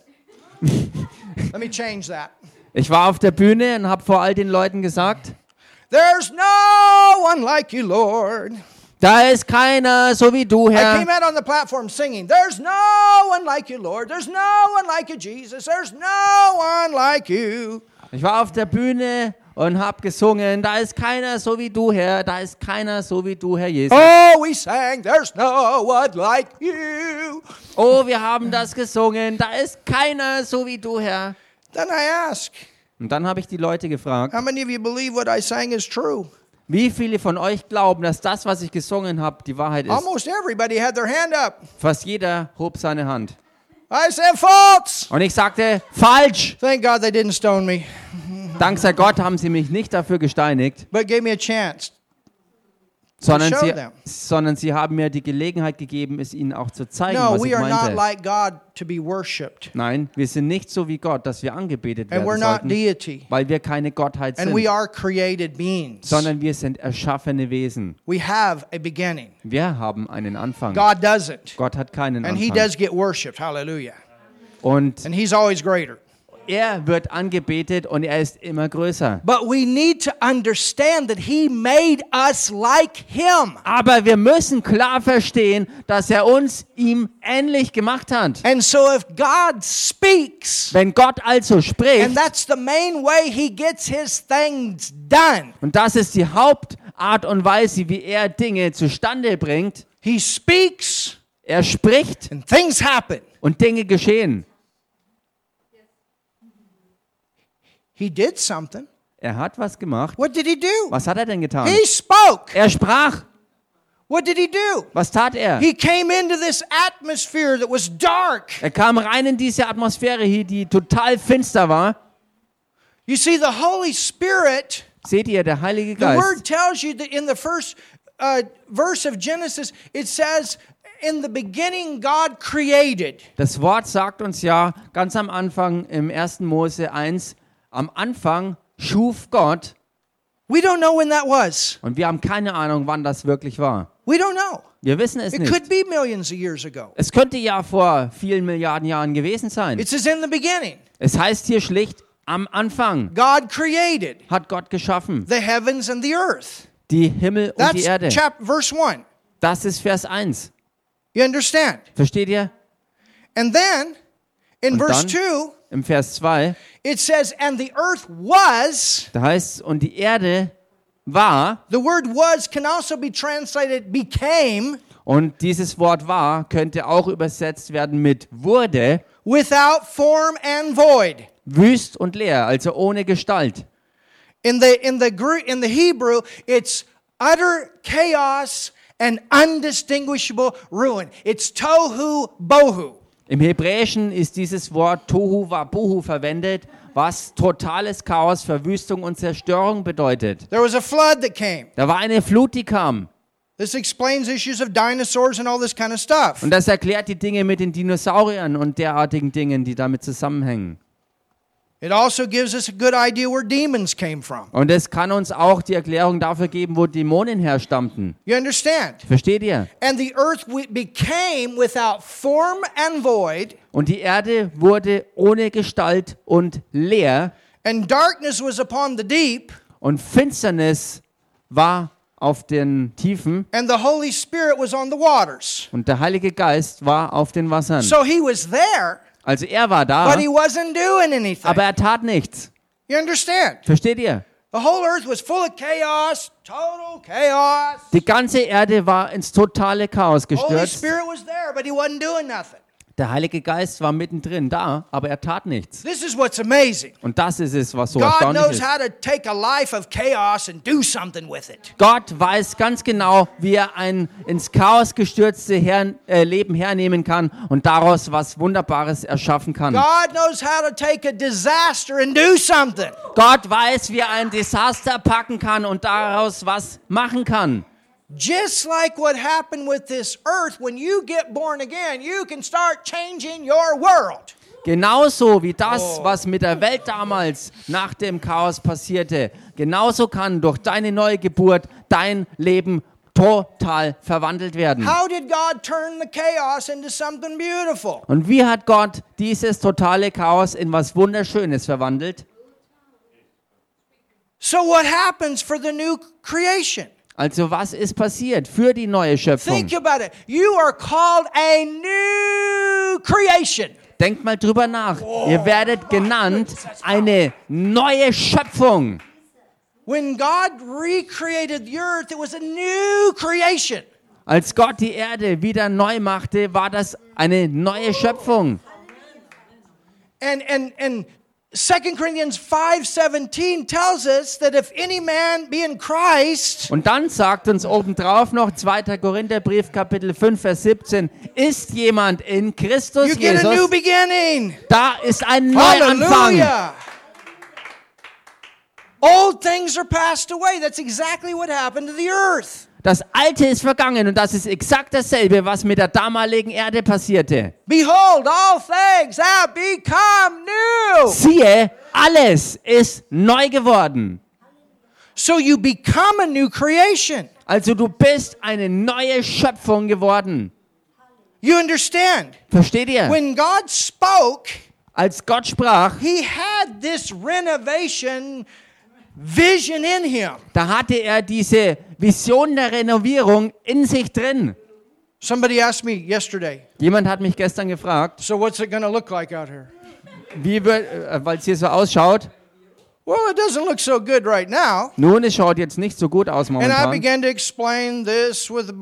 Let me change that. Ich war auf der Bühne und habe vor all den Leuten gesagt, There's no one like you, Lord. da ist keiner so wie du, I Herr. came out on the platform singing, there's no one like you, Lord. There's no one like you, Jesus. There's no one like you. Ich war auf der Bühne und habe gesungen, da ist keiner so wie du, Herr. Da ist keiner so wie du, Herr Jesus. Oh, we sang, there's no one like you. Oh, wir haben das gesungen, da ist keiner so wie du, Herr. Then I asked, Und dann habe ich die Leute gefragt, how many of you believe what I sang is true? wie viele von euch glauben, dass das, was ich gesungen habe, die Wahrheit ist? Almost everybody had their hand up. Fast jeder hob seine Hand. I said, false. Und ich sagte, falsch. Thank God they didn't stone me, Dank sei Gott haben sie mich nicht dafür gesteinigt, but gave me a chance. sondern show sie, them. sondern sie haben mir die Gelegenheit gegeben, es ihnen auch zu zeigen, No, was we ich are not meinte. like God to be worshipped. Nein, wir sind nicht so wie Gott, dass wir angebetet And we're werden not sollten, deity. weil wir keine Gottheit And we sind, are created beings. sondern wir sind erschaffene Wesen. We have a beginning. Wir haben einen Anfang. God doesn't. Gott hat keinen And He Anfang. does get worshipped. Hallelujah. Und And He's always greater. er wird angebetet und er ist immer größer. But we need to understand that He made us like Him. Aber wir müssen klar verstehen, dass er uns ihm ähnlich gemacht hat. And so if God speaks, Wenn Gott also and spricht, that's the main way He gets His things done. und das ist die Hauptart und Weise, wie er Dinge zustande bringt, He speaks er spricht and things happen. und Dinge geschehen. He did something. Er hat was gemacht. What did He do? Was hat er denn getan? He spoke. Er sprach. What did He do? Was tat er? He came into this atmosphere that was dark. Er kam rein in diese Atmosphäre hier, die total finster war. You see, the Holy Spirit, Seht ihr, der Heilige the word Geist. tells you that in the first verse of Genesis, it says, in the beginning God created. Das Wort sagt uns ja ganz am Anfang im 1. Mose 1, am Anfang schuf Gott, We don't know when that was. und wir haben keine Ahnung, wann das wirklich war. We don't know. Wir wissen es It could nicht. be millions of years ago. Es könnte ja vor vielen Milliarden Jahren gewesen sein. It says in the beginning, Es heißt hier schlicht, am Anfang God created hat Gott geschaffen. the heavens and the earth. Die Himmel und die Erde. That's verse 1. Das ist Vers 1. You understand? Versteht ihr? And then in Und verse dann 2, im Vers 2, it says, and the earth was. da heißt es, und die Erde war, The word was can also be translated became, und dieses Wort war könnte auch übersetzt werden mit wurde, without form and void. wüst und leer, also ohne Gestalt. In the Hebrew, it's utter chaos and undistinguishable ruin. It's tohu bohu. Im Hebräischen ist dieses Wort Tohu Wabohu verwendet, was totales Chaos, Verwüstung und Zerstörung bedeutet. There was a flood that came. Da war eine Flut, die kam. This explains issues of dinosaurs and all this kind of stuff. Und das erklärt die Dinge mit den Dinosauriern und derartigen Dingen, die damit zusammenhängen. It also gives us a good idea where demons came from. Und es kann uns auch die Erklärung dafür geben, wo Dämonen herstammten. You understand? Versteht ihr? And the earth became without form and void, Und die Erde wurde ohne Gestalt und leer, and darkness was upon the deep, und Finsternis war auf den Tiefen, and the Holy Spirit was on the waters. und der Heilige Geist war auf den Wassern. So he was there, Also er war da, but he wasn't doing anything. aber er tat nichts. You understand? Versteht ihr? The whole earth was full of chaos, total chaos. Die ganze Erde war ins totale Chaos Holy gestürzt. Spirit was there, but he wasn't doing nothing. Der Heilige Geist war mittendrin da, aber er tat nichts. This is what's amazing. Und das ist es, was so God erstaunlich knows ist. how to take a life of chaos and do something with it. Gott weiß ganz genau, wie er ein ins Chaos gestürzte Leben hernehmen kann und daraus was Wunderbares erschaffen kann. God knows how to take a disaster and do something. Gott weiß, wie er ein Desaster packen kann und daraus was machen kann. Just like what happened with this earth, when you get born again, you can start changing your world. Genauso wie das, was mit der Welt damals nach dem Chaos passierte, genauso kann durch deine neue Geburt dein Leben total verwandelt werden. How did God turn the chaos into something beautiful? Und wie hat Gott dieses totale Chaos in was Wunderschönes verwandelt? So what happens for the new creation? Also was ist passiert für die neue Schöpfung? Think about it. You are called a new creation. Denkt mal drüber nach. Ihr werdet genannt eine neue Schöpfung. When God recreated the earth, it was a new creation. Als Gott die Erde wieder neu machte, war das eine neue Schöpfung. And 2 Corinthians 5:17 tells us that if any man be in Christ, Und dann sagt uns obendrauf noch 2. Korintherbrief Kapitel 5 Vers 17, ist jemand in Christus you get a new Jesus, beginning. da ist ein Neuanfang. Hallelujah. Old things are passed away. That's exactly what happened to the earth. Das Alte ist vergangen und das ist exakt dasselbe, was mit der damaligen Erde passierte. Behold, all things have become new. Siehe, alles ist neu geworden. So you become a new creation. Also du bist eine neue Schöpfung geworden. You understand? Versteht ihr? When God spoke, Als Gott sprach, he had this renovation vision in him. da hatte er diese Vision der Renovierung in sich drin. Somebody asked me yesterday, Jemand hat mich gestern gefragt, so what's it going to look like out here? weil es hier so ausschaut. Well, it doesn't look so good right now. Nun, es schaut jetzt nicht so gut aus And I momentan. began to explain this with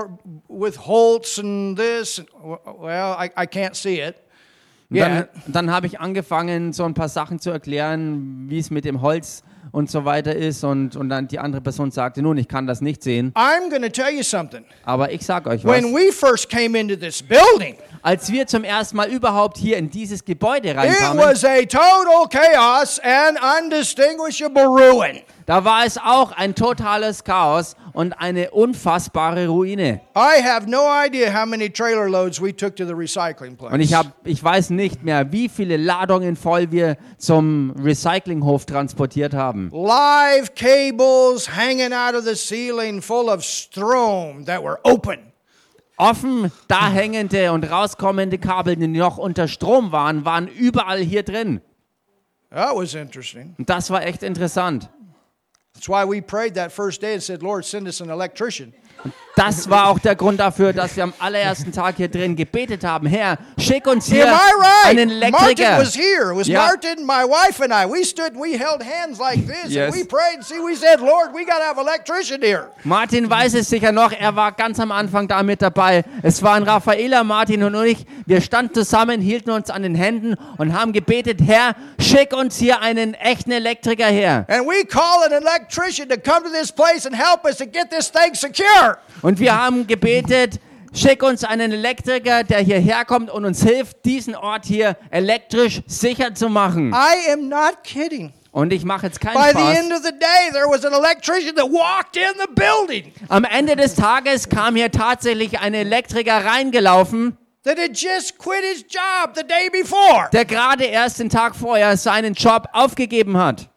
Holtz and this. Well, I can't see it. Dann habe ich angefangen, so ein paar Sachen zu erklären, wie es mit dem Holz und so weiter ist. Und dann die andere Person sagte, nun, ich kann das nicht sehen. I'm going to tell you something. Aber ich sage euch was. When we first came into this building, Als wir zum ersten Mal überhaupt hier in dieses Gebäude it reinkamen, was a total chaos and undistinguishable ruin. da war es auch ein totales Chaos und eine unfassbare Ruine. I have no idea how many trailer loads we took to the recycling place. Und ich weiß nicht mehr, wie viele Ladungen voll wir zum Recyclinghof transportiert haben. Live cables hanging out of the ceiling full of strom that were open. Offen da hängende und rauskommende Kabel, die noch unter Strom waren überall hier drin. That was interesting. Und das war echt interessant. That's why we prayed that first day and said, Lord, send us an electrician. Das war auch der Grund dafür, dass wir am allerersten Tag hier drin gebetet haben. Herr, schick uns hier Am I einen right? Martin Elektriker. was here. It was Ja. Martin, my wife and I. We stood, we held hands like this, Yes. and we prayed. See, we said, Lord, we got to have an electrician here. Martin weiß es sicher noch, er war ganz am Anfang da mit dabei. Es waren Raffaela, Martin und ich. Wir standen zusammen, hielten uns an den Händen und haben gebetet, Herr, schick uns hier einen echten Elektriker her. And we call an electrician to come to this place and help us to get this thing secure. Und wir haben gebetet, schick uns einen Elektriker, der hierher kommt und uns hilft, diesen Ort hier elektrisch sicher zu machen. I am not kidding. Und ich mache jetzt keinen By the Spaß. end of the day, there was an electrician that walked in the building Am Ende des Tages kam hier tatsächlich ein Elektriker reingelaufen, that had just quit his job the day before. der gerade erst den Tag vorher seinen Job aufgegeben hat.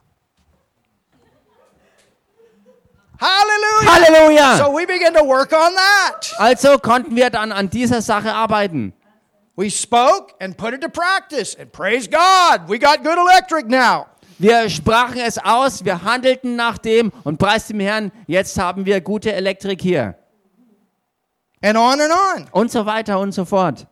Hallelujah. Halleluja! So we began to work on that. Also konnten wir dann an dieser Sache arbeiten. We spoke and put it to practice. And praise God, we got good electric now. Wir sprachen es aus, wir handelten nach dem und preis dem Herrn, jetzt haben wir gute Elektrik hier. And on. Und so weiter und so fort.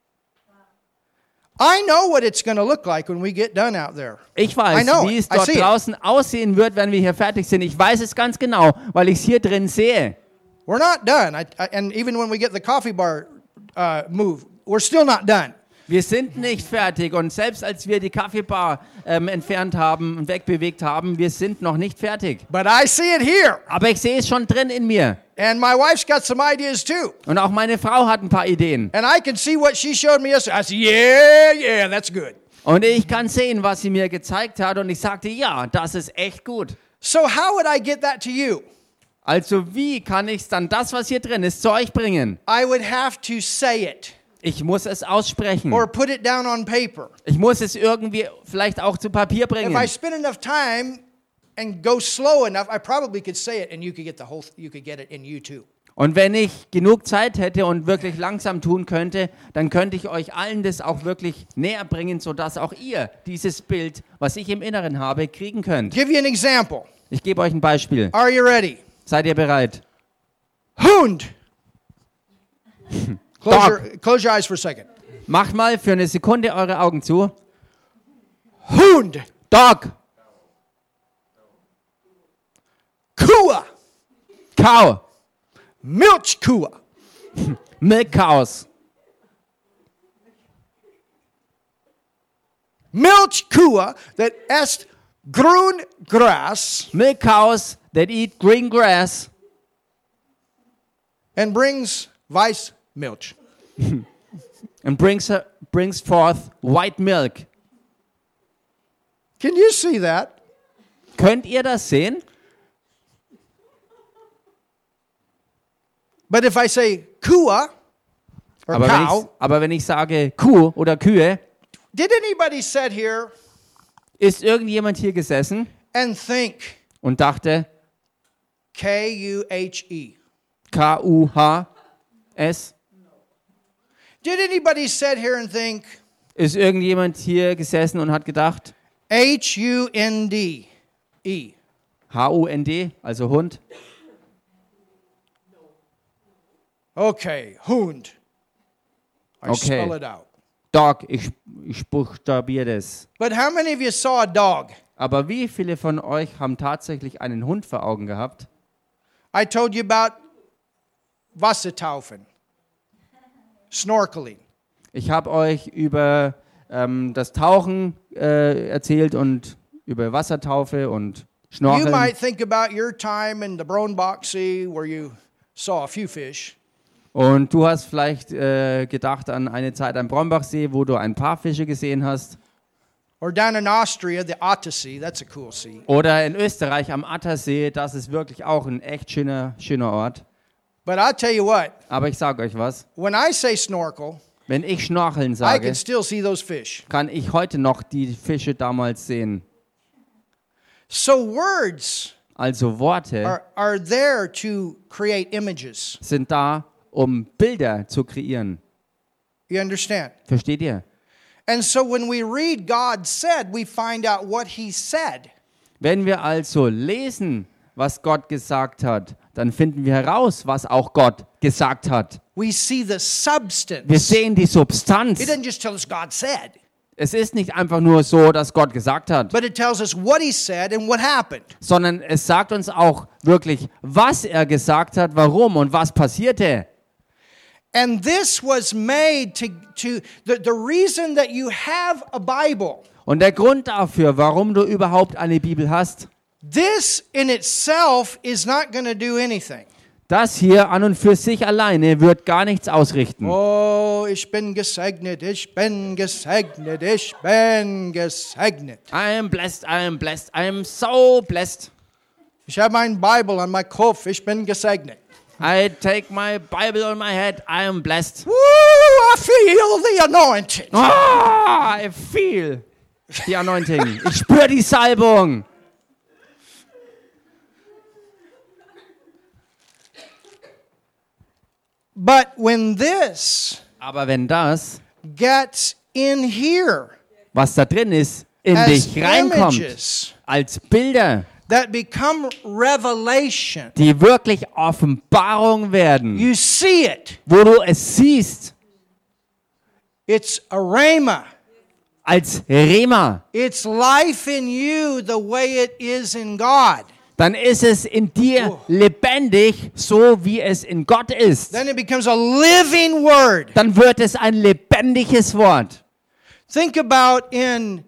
I know what it's going to look like when we get done out there. Ich I weiß, know wie it. es I dort see it. draußen aussehen wird, wenn wir hier fertig sind. Ich weiß es ganz genau, weil ich es hier drin sehe. We're not done. And even when we get the coffee bar moved, we're still not done. Wir sind nicht fertig und selbst als wir die Kaffeebar entfernt haben und wegbewegt haben, wir sind noch nicht fertig. But I see it here. Aber ich sehe es schon drin in mir. And my wife's got some ideas too. Und auch meine Frau hat ein paar Ideen. And I can see what she showed me yesterday. I said, yeah, that's good. Und ich kann sehen, was sie mir gezeigt hat und ich sagte, ja, das ist echt gut. So how would I get that to you? Also wie kann ich dann das, was hier drin ist, zu euch bringen? I would have to say it Ich muss es aussprechen. or put it down on paper. Ich muss es irgendwie vielleicht auch zu Papier If I bringen. spend enough time and go slow enough, I probably could say it and you could get you could get it in you too. Und wenn ich genug Zeit hätte und wirklich langsam tun könnte, dann könnte ich euch allen das auch wirklich näher bringen, sodass auch ihr dieses Bild, was ich im Inneren habe, kriegen könnt. Give you an example. Ich gebe euch ein Beispiel. Are you ready? Seid ihr bereit? Hund. Dog. Close your eyes for a second. Macht mal für eine Sekunde eure Augen zu. Hund. Dog. Kua. Cow. Milchkua. Milk cows. Milchkua that est grün grass Milk cows that eat green grass and brings weiß Milch. and brings forth white milk. Can you see that? Könnt ihr das sehen? But if I say kua or cow, Aber wenn ich sage Kuh oder Kühe, did anybody sit here ist irgendjemand hier gesessen and think und dachte K-U-H-E? K-U-H-S? Did anybody sit here and think Ist irgendjemand hier gesessen und hat gedacht H-U-N-D-E? H-U-N-D, also Hund? Okay, Hund. I Okay. spell it out. Dog, ich buchstabiere das. But how many of you saw a dog? Aber wie viele von euch haben tatsächlich einen Hund vor Augen gehabt? I told you about Wassertaufen, snorkeling. Ich habe euch über das Tauchen erzählt und über Wassertaufe und You Schnorcheln. might think about your time in the Brownbach Sea where you saw a few fish. Und du hast vielleicht gedacht an eine Zeit am Brombachsee, wo du ein paar Fische gesehen hast. Or down in Austria, the Attersee, that's a cool sea. Oder in Österreich am Attersee, das ist wirklich auch ein echt schöner Ort. But I'll tell you what, Aber ich sage euch was, when I say snorkel, wenn ich Schnorcheln I sage, can still see those fish. kann ich heute noch die Fische damals sehen. So words Also Worte are there to create images. sind da, um Bilder zu kreieren. You understand? Versteht ihr? And so when we read God said, we find out what he said. Wenn wir also lesen, was Gott gesagt hat, dann finden wir heraus, was auch Gott gesagt hat. We see the substance. Wir sehen die Substanz. It doesn't just tell us God said, Es ist nicht einfach nur so, dass Gott gesagt hat, but it tells us what he said and what happened. sondern es sagt uns auch wirklich, was er gesagt hat, warum und was passierte. And this was made to the reason that you have a Bible. Und der Grund dafür, warum du überhaupt eine Bibel hast, This in itself is not going to do anything. das hier an und für sich alleine wird gar nichts ausrichten. Oh, ich bin gesegnet, ich bin gesegnet, ich bin gesegnet. I am blessed, I am blessed, I am so blessed. Ich habe mein Bible an meinem Kopf, ich bin gesegnet. I take my Bible on my head, I am blessed. Woo, I feel the anointing. Ah, I feel the anointing. Ich spüre die Salbung. But when this Aber wenn das, gets in here was da drin ist, in as dich reinkommt, images als Bilder, that become revelation, die wirklich Offenbarung werden, you see it. wo du es siehst, It's a rhema. als Rema, It's life in you the way it is in God. dann ist es in dir lebendig, so wie es in Gott ist. Then it becomes a living word. Dann wird es ein lebendiges Wort. Think about in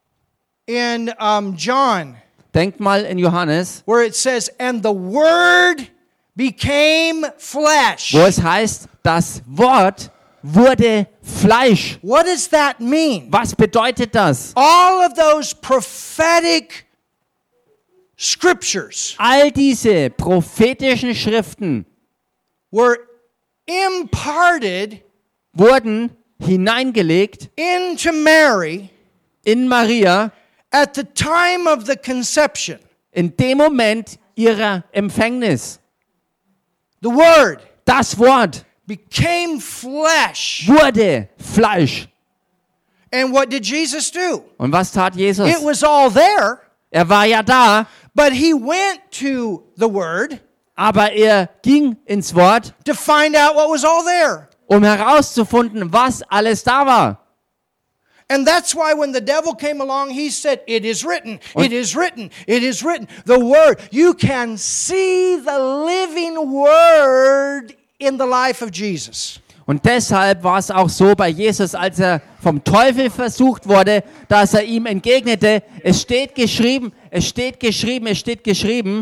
John, Denkt mal in Johannes, where it says, and the word became flesh. wo es heißt, das Wort wurde Fleisch. What does that mean? Was bedeutet das? All of those prophetic scriptures all diese prophetischen Schriften were imparted wurden hineingelegt into Mary in Maria at the time of the conception. in dem Moment ihrer Empfängnis. The Word Das Wort became flesh. wurde Fleisch. And what did Jesus do? Und was tat Jesus? It was all there, Er war ja da, but he went to the Word aber er ging ins Wort, to find out what was all there. um herauszufinden, was alles da war. And that's why when the devil came along, he said, it is written, it is written, it is written. The Word, you can see the living Word in the life of Jesus. Und deshalb war es auch so bei Jesus, als er vom Teufel versucht wurde, dass er ihm entgegnete, es steht geschrieben, es steht geschrieben, es steht geschrieben.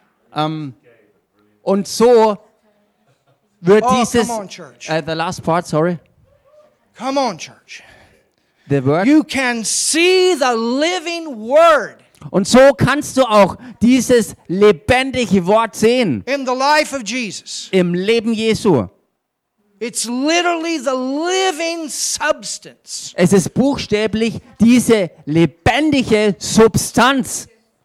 Und so wird Oh, dieses, come on, church. the last part, sorry, Come on, church. the word. You can see the living Word Und so kannst du auch dieses lebendige Wort sehen in the life of Jesus. im Leben Jesu. It's literally the living substance. Es ist buchstäblich diese lebendige Substanz.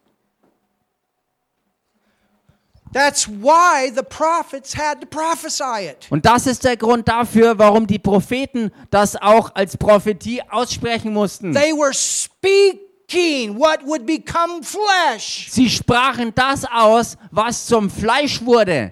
That's why the prophets had to prophesy it. Und das ist der Grund dafür, warum die Propheten das auch als Prophetie aussprechen mussten. They were speaking what would become flesh. Sie sprachen das aus, was zum Fleisch wurde.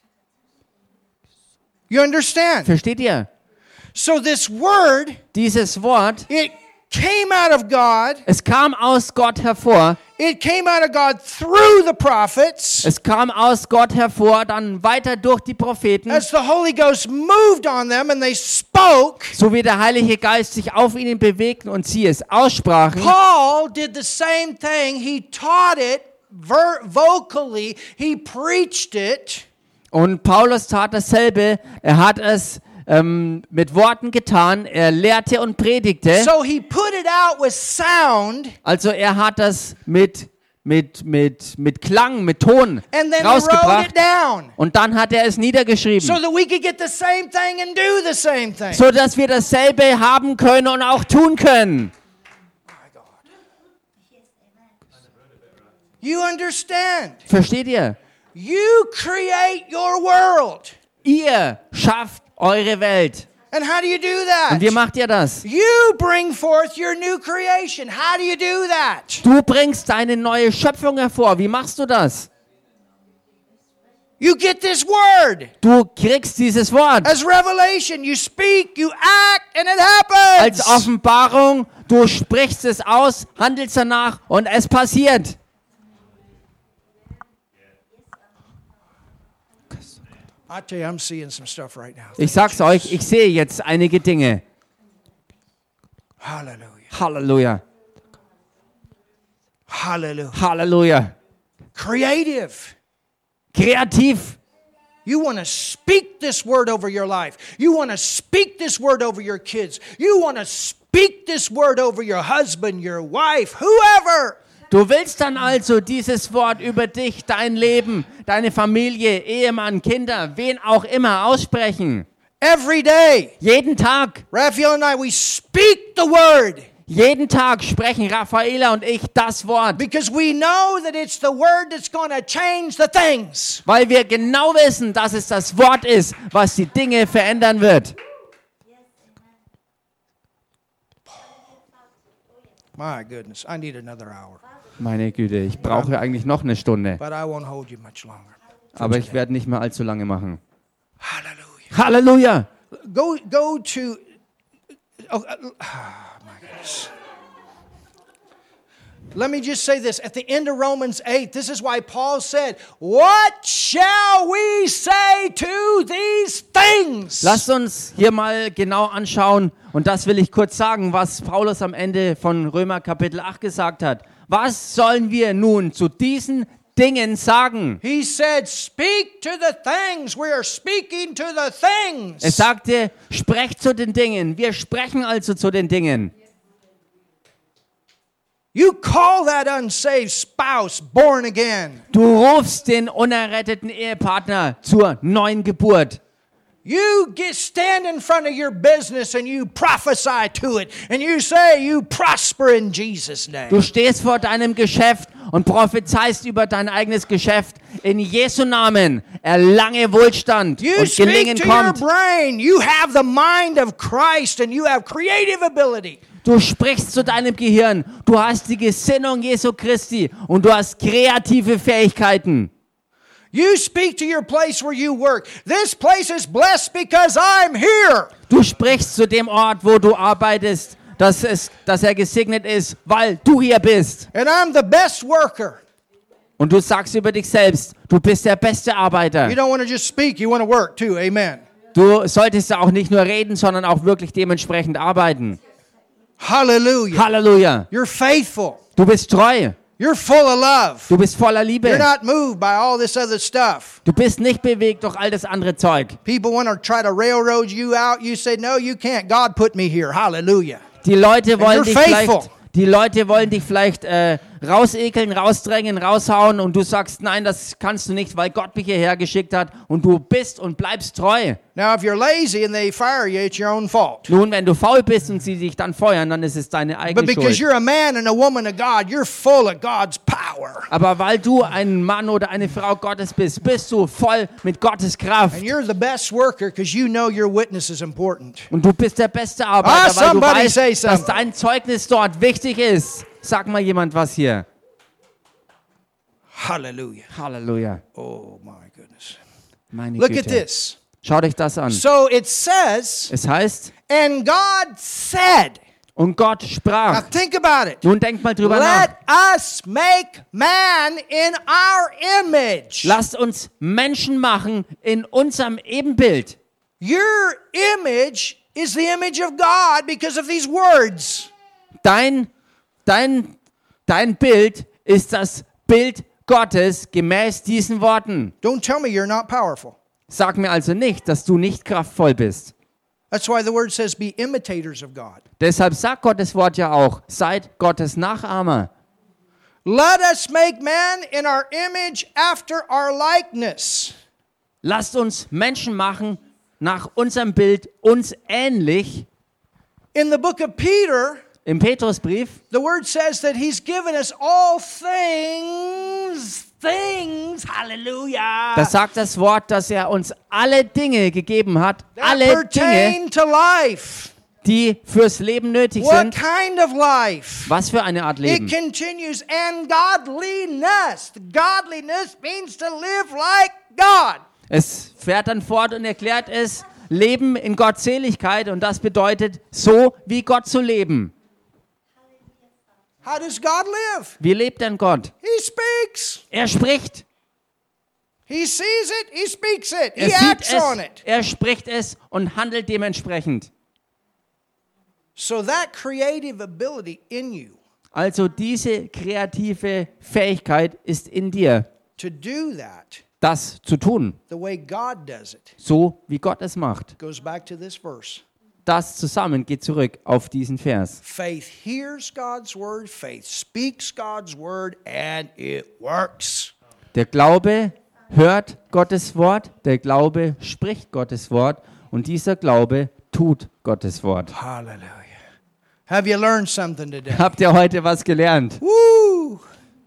You understand? Versteht ihr? So this word, Dieses Wort, it came out of God. es kam aus Gott hervor. It came out of God through the prophets. Es kam aus Gott hervor, dann weiter durch die Propheten, As the Holy Ghost moved on them and they spoke, so wie der Heilige Geist sich auf ihnen bewegten und sie es aussprachen. Paul did the same thing. He taught it vocally. He preached it. Und Paulus tat dasselbe. Er hat es mit Worten getan. Er lehrte und predigte. So he put it out with sound, Also er hat das mit Klang, mit Ton and then he wrote rausgebracht. it down Und dann hat er es so niedergeschrieben, that we could get the same thing and do the same thing. so dass wir dasselbe haben können und auch tun können. You understand? Versteht ihr? You create your world. Ihr schafft eure Welt. And how do you do Und wie that? macht ihr das? You bring forth your new creation. How do you do that? Du bringst deine neue Schöpfung hervor. Wie machst du das? You get this word Du kriegst dieses Wort as revelation. You speak, you act, and it als happens. Offenbarung. Du sprichst es aus, handelst danach und es passiert. I tell you, I'm seeing some stuff right now. Ich sag's euch, ich sehe jetzt einige Dinge. Hallelujah. Halleluja. Hallelujah. Halleluja. Creative. Kreativ. You want to speak this word over your life. You want to speak this word over your kids. You want to speak this word over your husband, your wife, whoever. Du willst dann also dieses Wort über dich, dein Leben, deine Familie, Ehemann, Kinder, wen auch immer aussprechen. Every day. Jeden Tag. Raphael and I, we speak the word Jeden Tag sprechen Raffaela und ich das Wort, because we know that it's the word that's going to change the things. weil wir genau wissen, dass es das Wort ist, was die Dinge verändern wird. My goodness, I need another hour, Meine Güte, ich brauche eigentlich noch eine Stunde, but I won't hold you much longer. aber ich werde nicht mehr allzu lange machen. Hallelujah. Halleluja! Go to. Oh, my goodness. Let me just say this. At the end of Romans 8, this is why Paul said, what shall we say to these things? Lasst uns hier mal genau anschauen, und das will ich kurz sagen, was Paulus am Ende von Römer Kapitel 8 gesagt hat. Was sollen wir nun zu diesen Dingen sagen? He said, speak to the things. We are speaking to the things. Er sagte, sprecht zu den Dingen. Wir sprechen also zu den Dingen. You call that unsaved spouse born again. Du rufst den unerretteten Ehepartner zur neuen Geburt. You stand in front of your business and you prophesy to it and you say you prosper in Jesus' name. Du stehst vor deinem Geschäft und prophezeist über dein eigenes Geschäft. In Jesu Namen erlange Wohlstand You und speak Gelingen to your kommt. brain. You have the mind of Christ and you have creative ability. Du sprichst zu deinem Gehirn. Du hast die Gesinnung Jesu Christi und du hast kreative Fähigkeiten. You speak to your place where you work. This place is blessed because I'm here. Du sprichst zu dem Ort, wo du arbeitest, dass er gesegnet ist, weil du hier bist. And I'm the best worker. Und du sagst über dich selbst, du bist der beste Arbeiter. You don't want to just speak, you want to work too. Amen. Du solltest auch nicht nur reden, sondern auch wirklich dementsprechend arbeiten. Hallelujah. Halleluja. You're faithful. Du bist treu. You're full of love. Du bist voller You're Liebe. not moved by all this other stuff. Du bist nicht bewegt durch all das andere Zeug. People want to try to railroad you out. You say, no, you can't. God put me here. Hallelujah. Die Leute wollen you're dich faithful. vielleicht rausekeln, rausdrängen, raushauen und du sagst, nein, das kannst du nicht, weil Gott mich hierher geschickt hat und du bist und bleibst treu. Now, if you're lazy and they fire you, it's your own fault. Nun, wenn du faul bist und sie dich dann feuern, dann ist es deine But eigene because Schuld. you're a man and a woman of God, you're full of God's power. Aber weil du ein Mann oder eine Frau Gottes bist, bist du voll mit Gottes Kraft. And you're the best worker because you know your witness is important. Und du bist der beste Arbeiter, weil du somebody say weißt, dass something. dein Zeugnis dort wichtig ist. Sag mal jemand was hier. Hallelujah. Halleluja. Oh, my goodness. Meine Look Güte. at this. Schau dich das an. So it says, Es heißt, and God said. und Gott Now sprach. think about it. Nun denk mal drüber nach. Let us make man in our image. Lasst uns Menschen machen in unserem Ebenbild. Your image is the image of God because of these words. Dein Bild ist das Bild Gottes gemäß diesen Worten. Don't tell me you're not powerful. Sag mir also nicht, dass du nicht kraftvoll bist. That's why the word says be imitators of God. Deshalb sagt Gottes Wort ja auch, seid Gottes Nachahmer. Let us make man in our image after our likeness. Lasst uns Menschen machen nach unserem Bild, uns ähnlich. In the book of Peter, Im Petrusbrief, the word says that he's given us all things, hallelujah, da sagt das Wort, dass er uns alle Dinge gegeben hat, that alle Dinge, pertain to life. die fürs Leben nötig What sind. kind of life? Was für eine Art It Leben? continues, and godliness. Godliness means to live like God. Es fährt dann fort und erklärt es, Leben in Gottseligkeit, und das bedeutet, so wie Gott zu leben. How does God live? Wie lebt denn Gott? He speaks. Er spricht. He sees it, he speaks it, Er he sieht acts on es, it. er spricht es und handelt dementsprechend. So that creative ability in you Also diese kreative Fähigkeit ist in dir, to do that das zu tun, the way God does it so wie Gott es macht. goes back to this verse. Das zusammen geht zurück auf diesen Vers. Faith hears God's word, faith speaks God's word, and it works. Der Glaube hört Gottes Wort, der Glaube spricht Gottes Wort und dieser Glaube tut Gottes Wort. Hallelujah. Have you learned something today? Habt ihr heute was gelernt? Woo!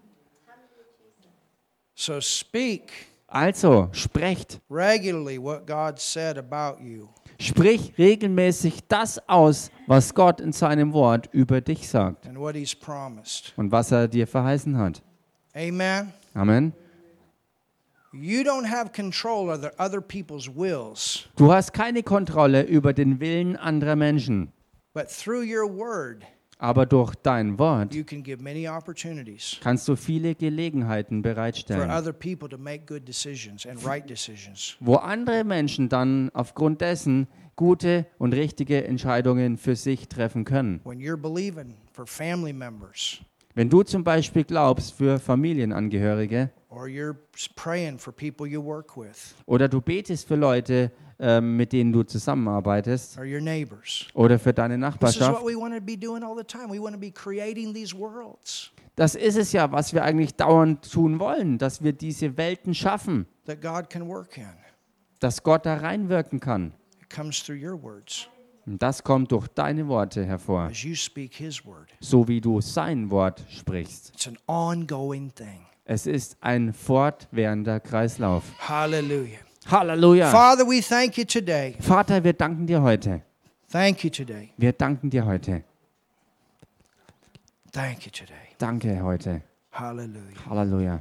So speak Also, sprecht. regularly what God said about you. Sprich regelmäßig das aus, was Gott in seinem Wort über dich sagt And what he's promised. und was er dir verheißen hat. Amen. Amen. You don't have control of other people's wills, Du hast keine Kontrolle über den Willen anderer Menschen, but through your word, aber durch dein Wort you can give many opportunities kannst du viele Gelegenheiten for bereitstellen, other people to make good decisions and right decisions. wo andere Menschen dann aufgrund dessen gute und richtige Entscheidungen für sich treffen können. When you're believing for family members, Wenn du zum Beispiel glaubst für Familienangehörige or you're praying for people you work with, oder du betest für Leute, mit denen du zusammenarbeitest or your neighbors. oder für deine This is what Nachbarschaft. we want to be doing all the time. We want to be creating these worlds Das ist es ja, was wir eigentlich dauernd tun wollen, dass wir diese Welten schaffen, that God can work in. dass Gott da reinwirken kann. It comes through your words Und das kommt durch deine Worte hervor, as you speak His word. so wie du sein Wort sprichst. It's an ongoing thing. Es ist ein fortwährender Kreislauf. Hallelujah. Halleluja! Father, we thank you today. Vater, wir danken dir heute. Thank you today. Wir danken dir heute. Thank you today. Danke heute. Hallelujah. Halleluja.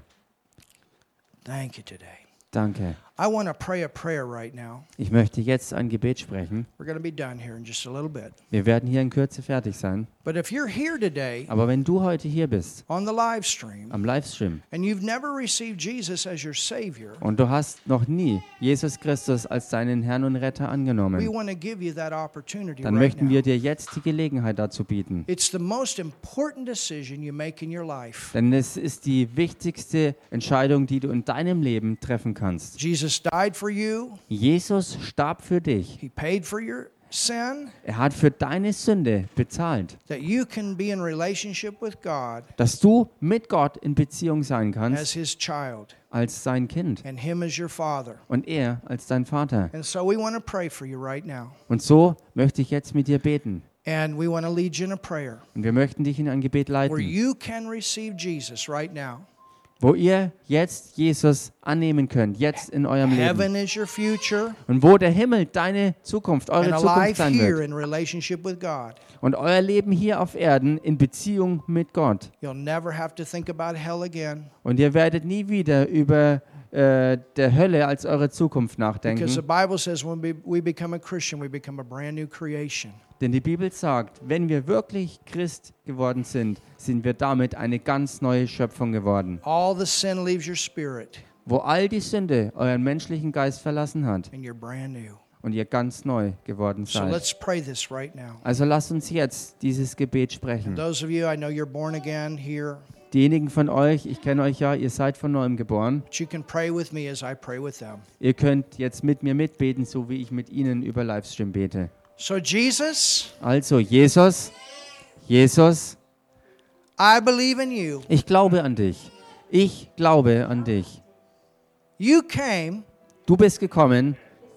Thank you today. Danke. I want to pray a prayer right now. Ich möchte jetzt ein Gebet sprechen. We're going to be done here in just a little bit. Wir werden hier in Kürze fertig sein. But if you're here today Aber wenn du heute hier bist, on the live stream am Livestream, and you've never received Jesus as your Savior, und du hast noch nie Jesus Christus als deinen Herrn und Retter we angenommen, want to give you that opportunity dann right möchten wir now. dir jetzt die Gelegenheit dazu bieten. It's the most important decision you make in your life. Denn es ist die wichtigste Entscheidung, die du in deinem Leben treffen kannst. Jesus died for you. Jesus starb für dich. He paid for your sin, Er hat für deine Sünde bezahlt, that you can be in relationship with God dass du mit Gott in Beziehung sein as kannst His child als sein Kind and Him as your Father. und er als dein Vater. And so we want to pray for you right now. Und so möchte ich jetzt mit dir beten. And we want to lead you in a prayer Und wir möchten dich in ein Gebet where leiten, you can receive Jesus right now. wo ihr jetzt Jesus annehmen könnt, jetzt in eurem Leben. Heaven is your future, Und wo der Himmel deine Zukunft, eure and a Zukunft life sein here wird. in relationship with God. Und euer Leben hier auf Erden in Beziehung mit Gott. You'll never have to think about hell again, Und ihr werdet nie wieder über der Hölle als eure Zukunft because the nachdenken. Bible says when we become a Christian, we become a brand new creation. Denn die Bibel sagt, wenn wir wirklich Christ geworden sind, sind wir damit eine ganz neue Schöpfung geworden. All the sin leaves your spirit, Wo all die Sünde euren menschlichen Geist verlassen hat and you're brand new. und ihr ganz neu geworden So seid. let's pray this right now. Also lasst uns jetzt dieses Gebet sprechen. Those of you, I know you're born again here, Diejenigen von euch, ich kenne euch ja, ihr seid von neuem geboren. but you can pray with me as I pray with them. Ihr könnt jetzt mit mir mitbeten, so wie ich mit ihnen über Livestream bete. So Jesus, Also Jesus, Jesus, I believe in you. ich glaube an dich. Ich glaube an dich. You came Du bist gekommen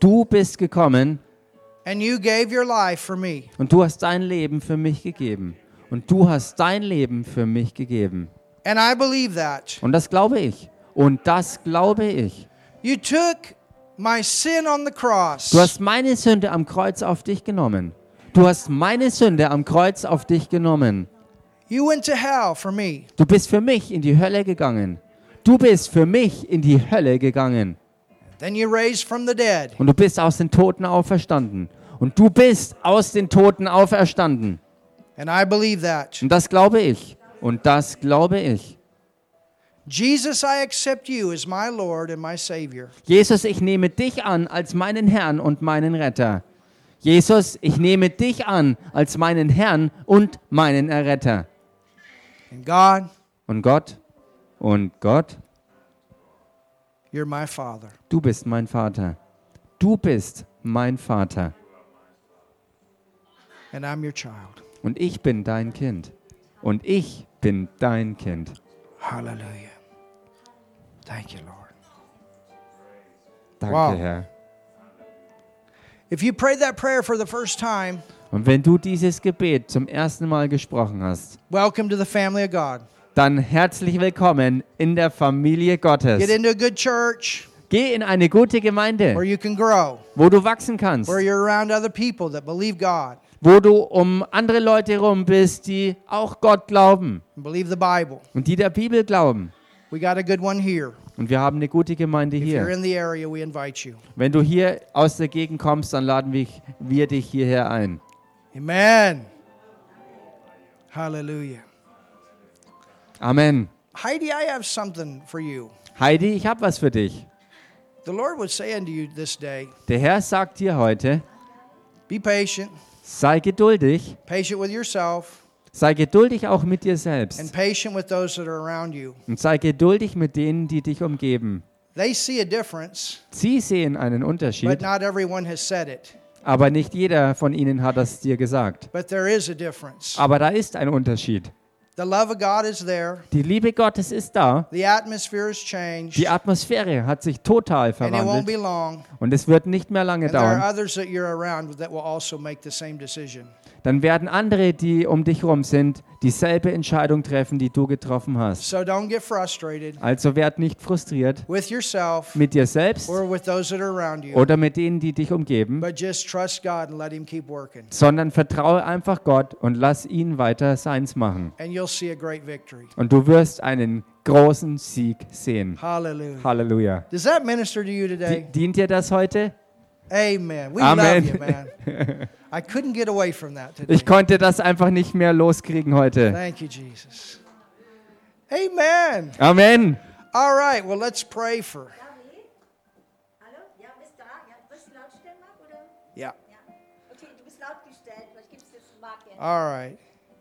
and you gave your life for me. und du hast dein Leben für mich gegeben. Und du hast dein Leben für mich gegeben. And I believe that. Und das glaube ich. Und das glaube ich. You took my sin on the cross. Du hast meine Sünde am Kreuz auf dich genommen. Du hast meine Sünde am Kreuz auf dich genommen. You went to hell for me. Du bist für mich in die Hölle gegangen. Du bist für mich in die Hölle gegangen. Then you raised from the dead. Und du bist aus den Toten auferstanden. Und du bist aus den Toten auferstanden. And I believe that. Und das glaube ich. Und das glaube ich. Jesus, I accept you as my Lord and my Savior. Jesus, ich nehme dich an als meinen Herrn und meinen Retter. Jesus, ich nehme dich an als meinen Herrn und meinen Erretter. And God, Und Gott, you're my Father. du bist mein Vater. Du bist mein Vater. And I'm your child. Und ich bin dein Kind. Und ich bin dein Kind. Hallelujah. Thank you, Lord. Danke, Wow. Herr. If you prayed that prayer for the first time, Und wenn du dieses Gebet zum ersten Mal gesprochen hast, welcome to the family of God. dann herzlich willkommen in der Familie Get Gottes. into a good church Geh in eine gute where Gemeinde, you can grow, wo du wachsen kannst, where you're around other people that believe God wo du um andere Leute rum bist, die auch Gott glauben and believe the Bible. und die der Bibel glauben. We got a good one here. Und wir haben eine gute Gemeinde If you're hier. in the area, we invite you. Wenn du hier aus der Gegend kommst, dann laden wir dich hierher ein. Amen. Hallelujah. Amen. Heidi, I have something for you. Heidi, ich habe was für dich. The Lord would say unto you this day, Der Herr sagt dir heute, be patient, sei geduldig, patient with yourself, sei geduldig auch mit dir and selbst patient with those that are around you. und sei geduldig mit denen, die dich umgeben. They see a difference, Sie sehen einen but Unterschied, not everyone has said it. aber nicht jeder von ihnen hat das dir gesagt. But there is a difference. Aber da ist ein Unterschied. The love of God is there. Die Liebe Gottes ist da. The atmosphere has changed. Die Atmosphäre hat sich total And it won't be verwandelt. long. Und es wird nicht mehr lange And there are dauern. others that you're around that will also make the same decision. Dann werden andere, die um dich rum sind, dieselbe Entscheidung treffen, die du getroffen hast. So don't get frustrated Also werd nicht frustriert with yourself mit dir selbst or with those that are around you, oder mit denen, die dich umgeben, but just trust God and let Him keep working. sondern vertraue einfach Gott und lass ihn weiter seins machen. And you'll see a great victory. Und du wirst einen großen Sieg sehen. Hallelujah. Halleluja. Does that minister to you today? Dient dir das heute? Amen. We Amen. love you, man. I couldn't get away from that today. Ich konnte das einfach nicht mehr loskriegen heute. Thank you, Jesus. Amen. Amen. All right, well, let's pray for. Gabi? Hallo? Ja, bist da? Ja, willst du laut stellen, Marc, oder? Yeah. Ja. Okay, du bist laut gestellt. Vielleicht gibt es jetzt Marc jetzt. All right.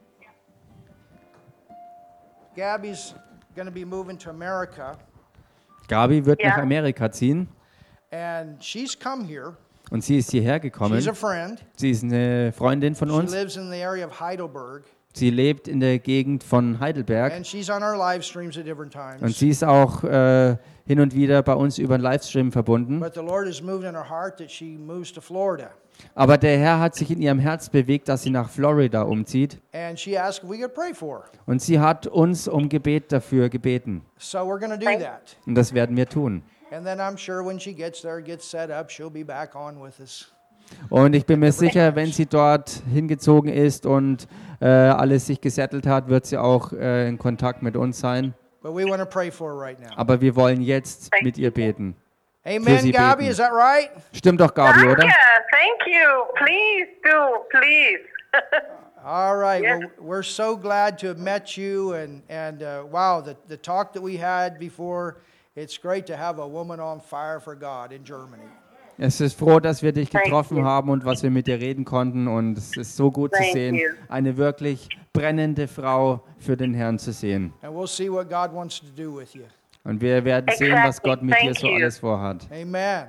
Gabby's going to be moving to America, Gabi wird Ja. nach Amerika ziehen and she's come here. und sie ist hierher She's a gekommen. friend. Sie ist eine Freundin von She uns. lives in the area of Heidelberg, Sie lebt in der Gegend von Heidelberg and she's on our live streams at different und times. sie ist auch hin und wieder bei uns über den Livestream verbunden. But the Lord has moved in her heart that she moves to Florida. Aber der Herr hat sich in ihrem Herz bewegt, dass sie nach Florida umzieht. And she asked if we could pray for her. Und sie hat uns um Gebet dafür gebeten. So we're going to do that. Und das werden wir tun. And then I'm sure when she gets there, gets set up, she'll be back on with us. Und ich bin mir sicher, wenn sie dort hingezogen ist und alles sich gesettelt hat, wird sie auch in Kontakt mit uns sein. But we want to pray for her right now. Aber wir wollen jetzt mit ihr beten. Amen, sie Gabi, beten. is that right? Stimmt doch, Gabi, oder? Danke, thank you. Please do, please. All right. Yes. Well, we're so glad to have met you. And wow, the talk that we had before, it's great to have a woman on fire for God in Germany. Es ist froh, dass wir dich Thank getroffen you. haben und was wir mit dir reden konnten. Und es ist so gut zu Thank sehen, you. eine wirklich brennende Frau für den Herrn zu sehen. And we'll see what God wants to do with you. Und wir werden sehen, was Exactly. Gott mit dir Thank so you. alles vorhat. Amen.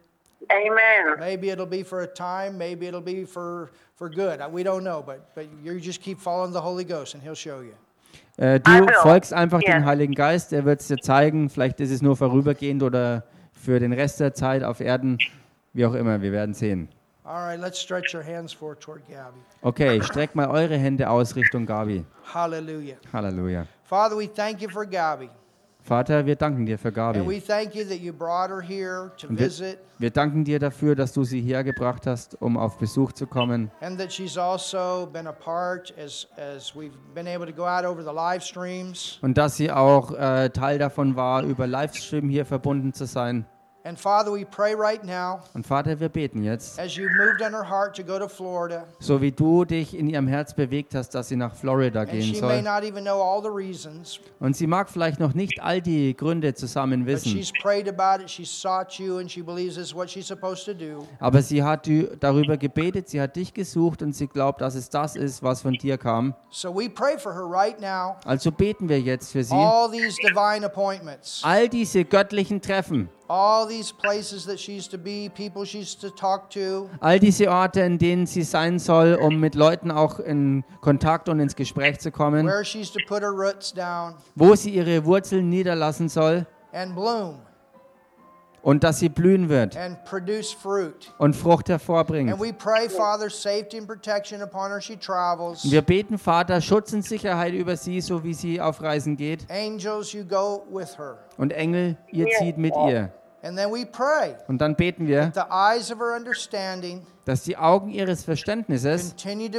Amen. Maybe it'll be for a time, maybe it'll be for good. We don't know, but you just keep following the Holy Ghost and He'll show you. Du I will. folgst einfach dem Yes. Heiligen Geist, er wird es dir zeigen. Vielleicht ist es nur vorübergehend oder für den Rest der Zeit auf Erden. Wie auch immer, wir werden sehen. All right, let's stretch our hands forward toward Gabby. Okay, streckt mal eure Hände aus Richtung Gabi. Hallelujah. Halleluja. Father, we thank you for Gabby. Vater, wir danken dir für And Gabi. we thank you that you brought her here to Und wir, visit wir danken dir dafür, dass du sie hergebracht hast, um auf Besuch zu kommen. and that she's also been a part as we've been able to go out over the live streams. Und dass sie auch Teil davon war, über Livestream hier verbunden zu sein. And Father, we pray right now Und Vater, wir beten jetzt, as you moved on her heart to go to Florida. so wie du dich in ihrem Herz bewegt hast, dass sie nach Florida And gehen she may soll. not even know all the reasons, Und sie mag vielleicht noch nicht all die Gründe zusammen but wissen, she's prayed about it, she's sought you, and she believes this is what she's supposed to do. aber sie hat darüber gebetet, sie hat dich gesucht und sie glaubt, dass es das ist, was von dir kam. So we pray for her right now. Also beten wir jetzt für sie. All these divine appointments, All diese göttlichen Treffen, all these places that she's to be, people she's to talk to, all diese Orte, in denen sie sein soll, um mit Leuten auch in Kontakt und ins Gespräch zu kommen, where she's to put her roots down wo sie ihre Wurzeln niederlassen soll and bloom und dass sie blühen wird and produce fruit. und Frucht hervorbringt. And we pray, Father, safety and protection upon her as she travels. Wir beten, Vater, Schutz und Sicherheit über sie, so wie sie auf Reisen geht. Angels, you go with her. Und Engel, ihr zieht mit ihr. And then we pray Und dann beten wir, the eyes of her understanding dass die Augen ihres Verständnisses continue to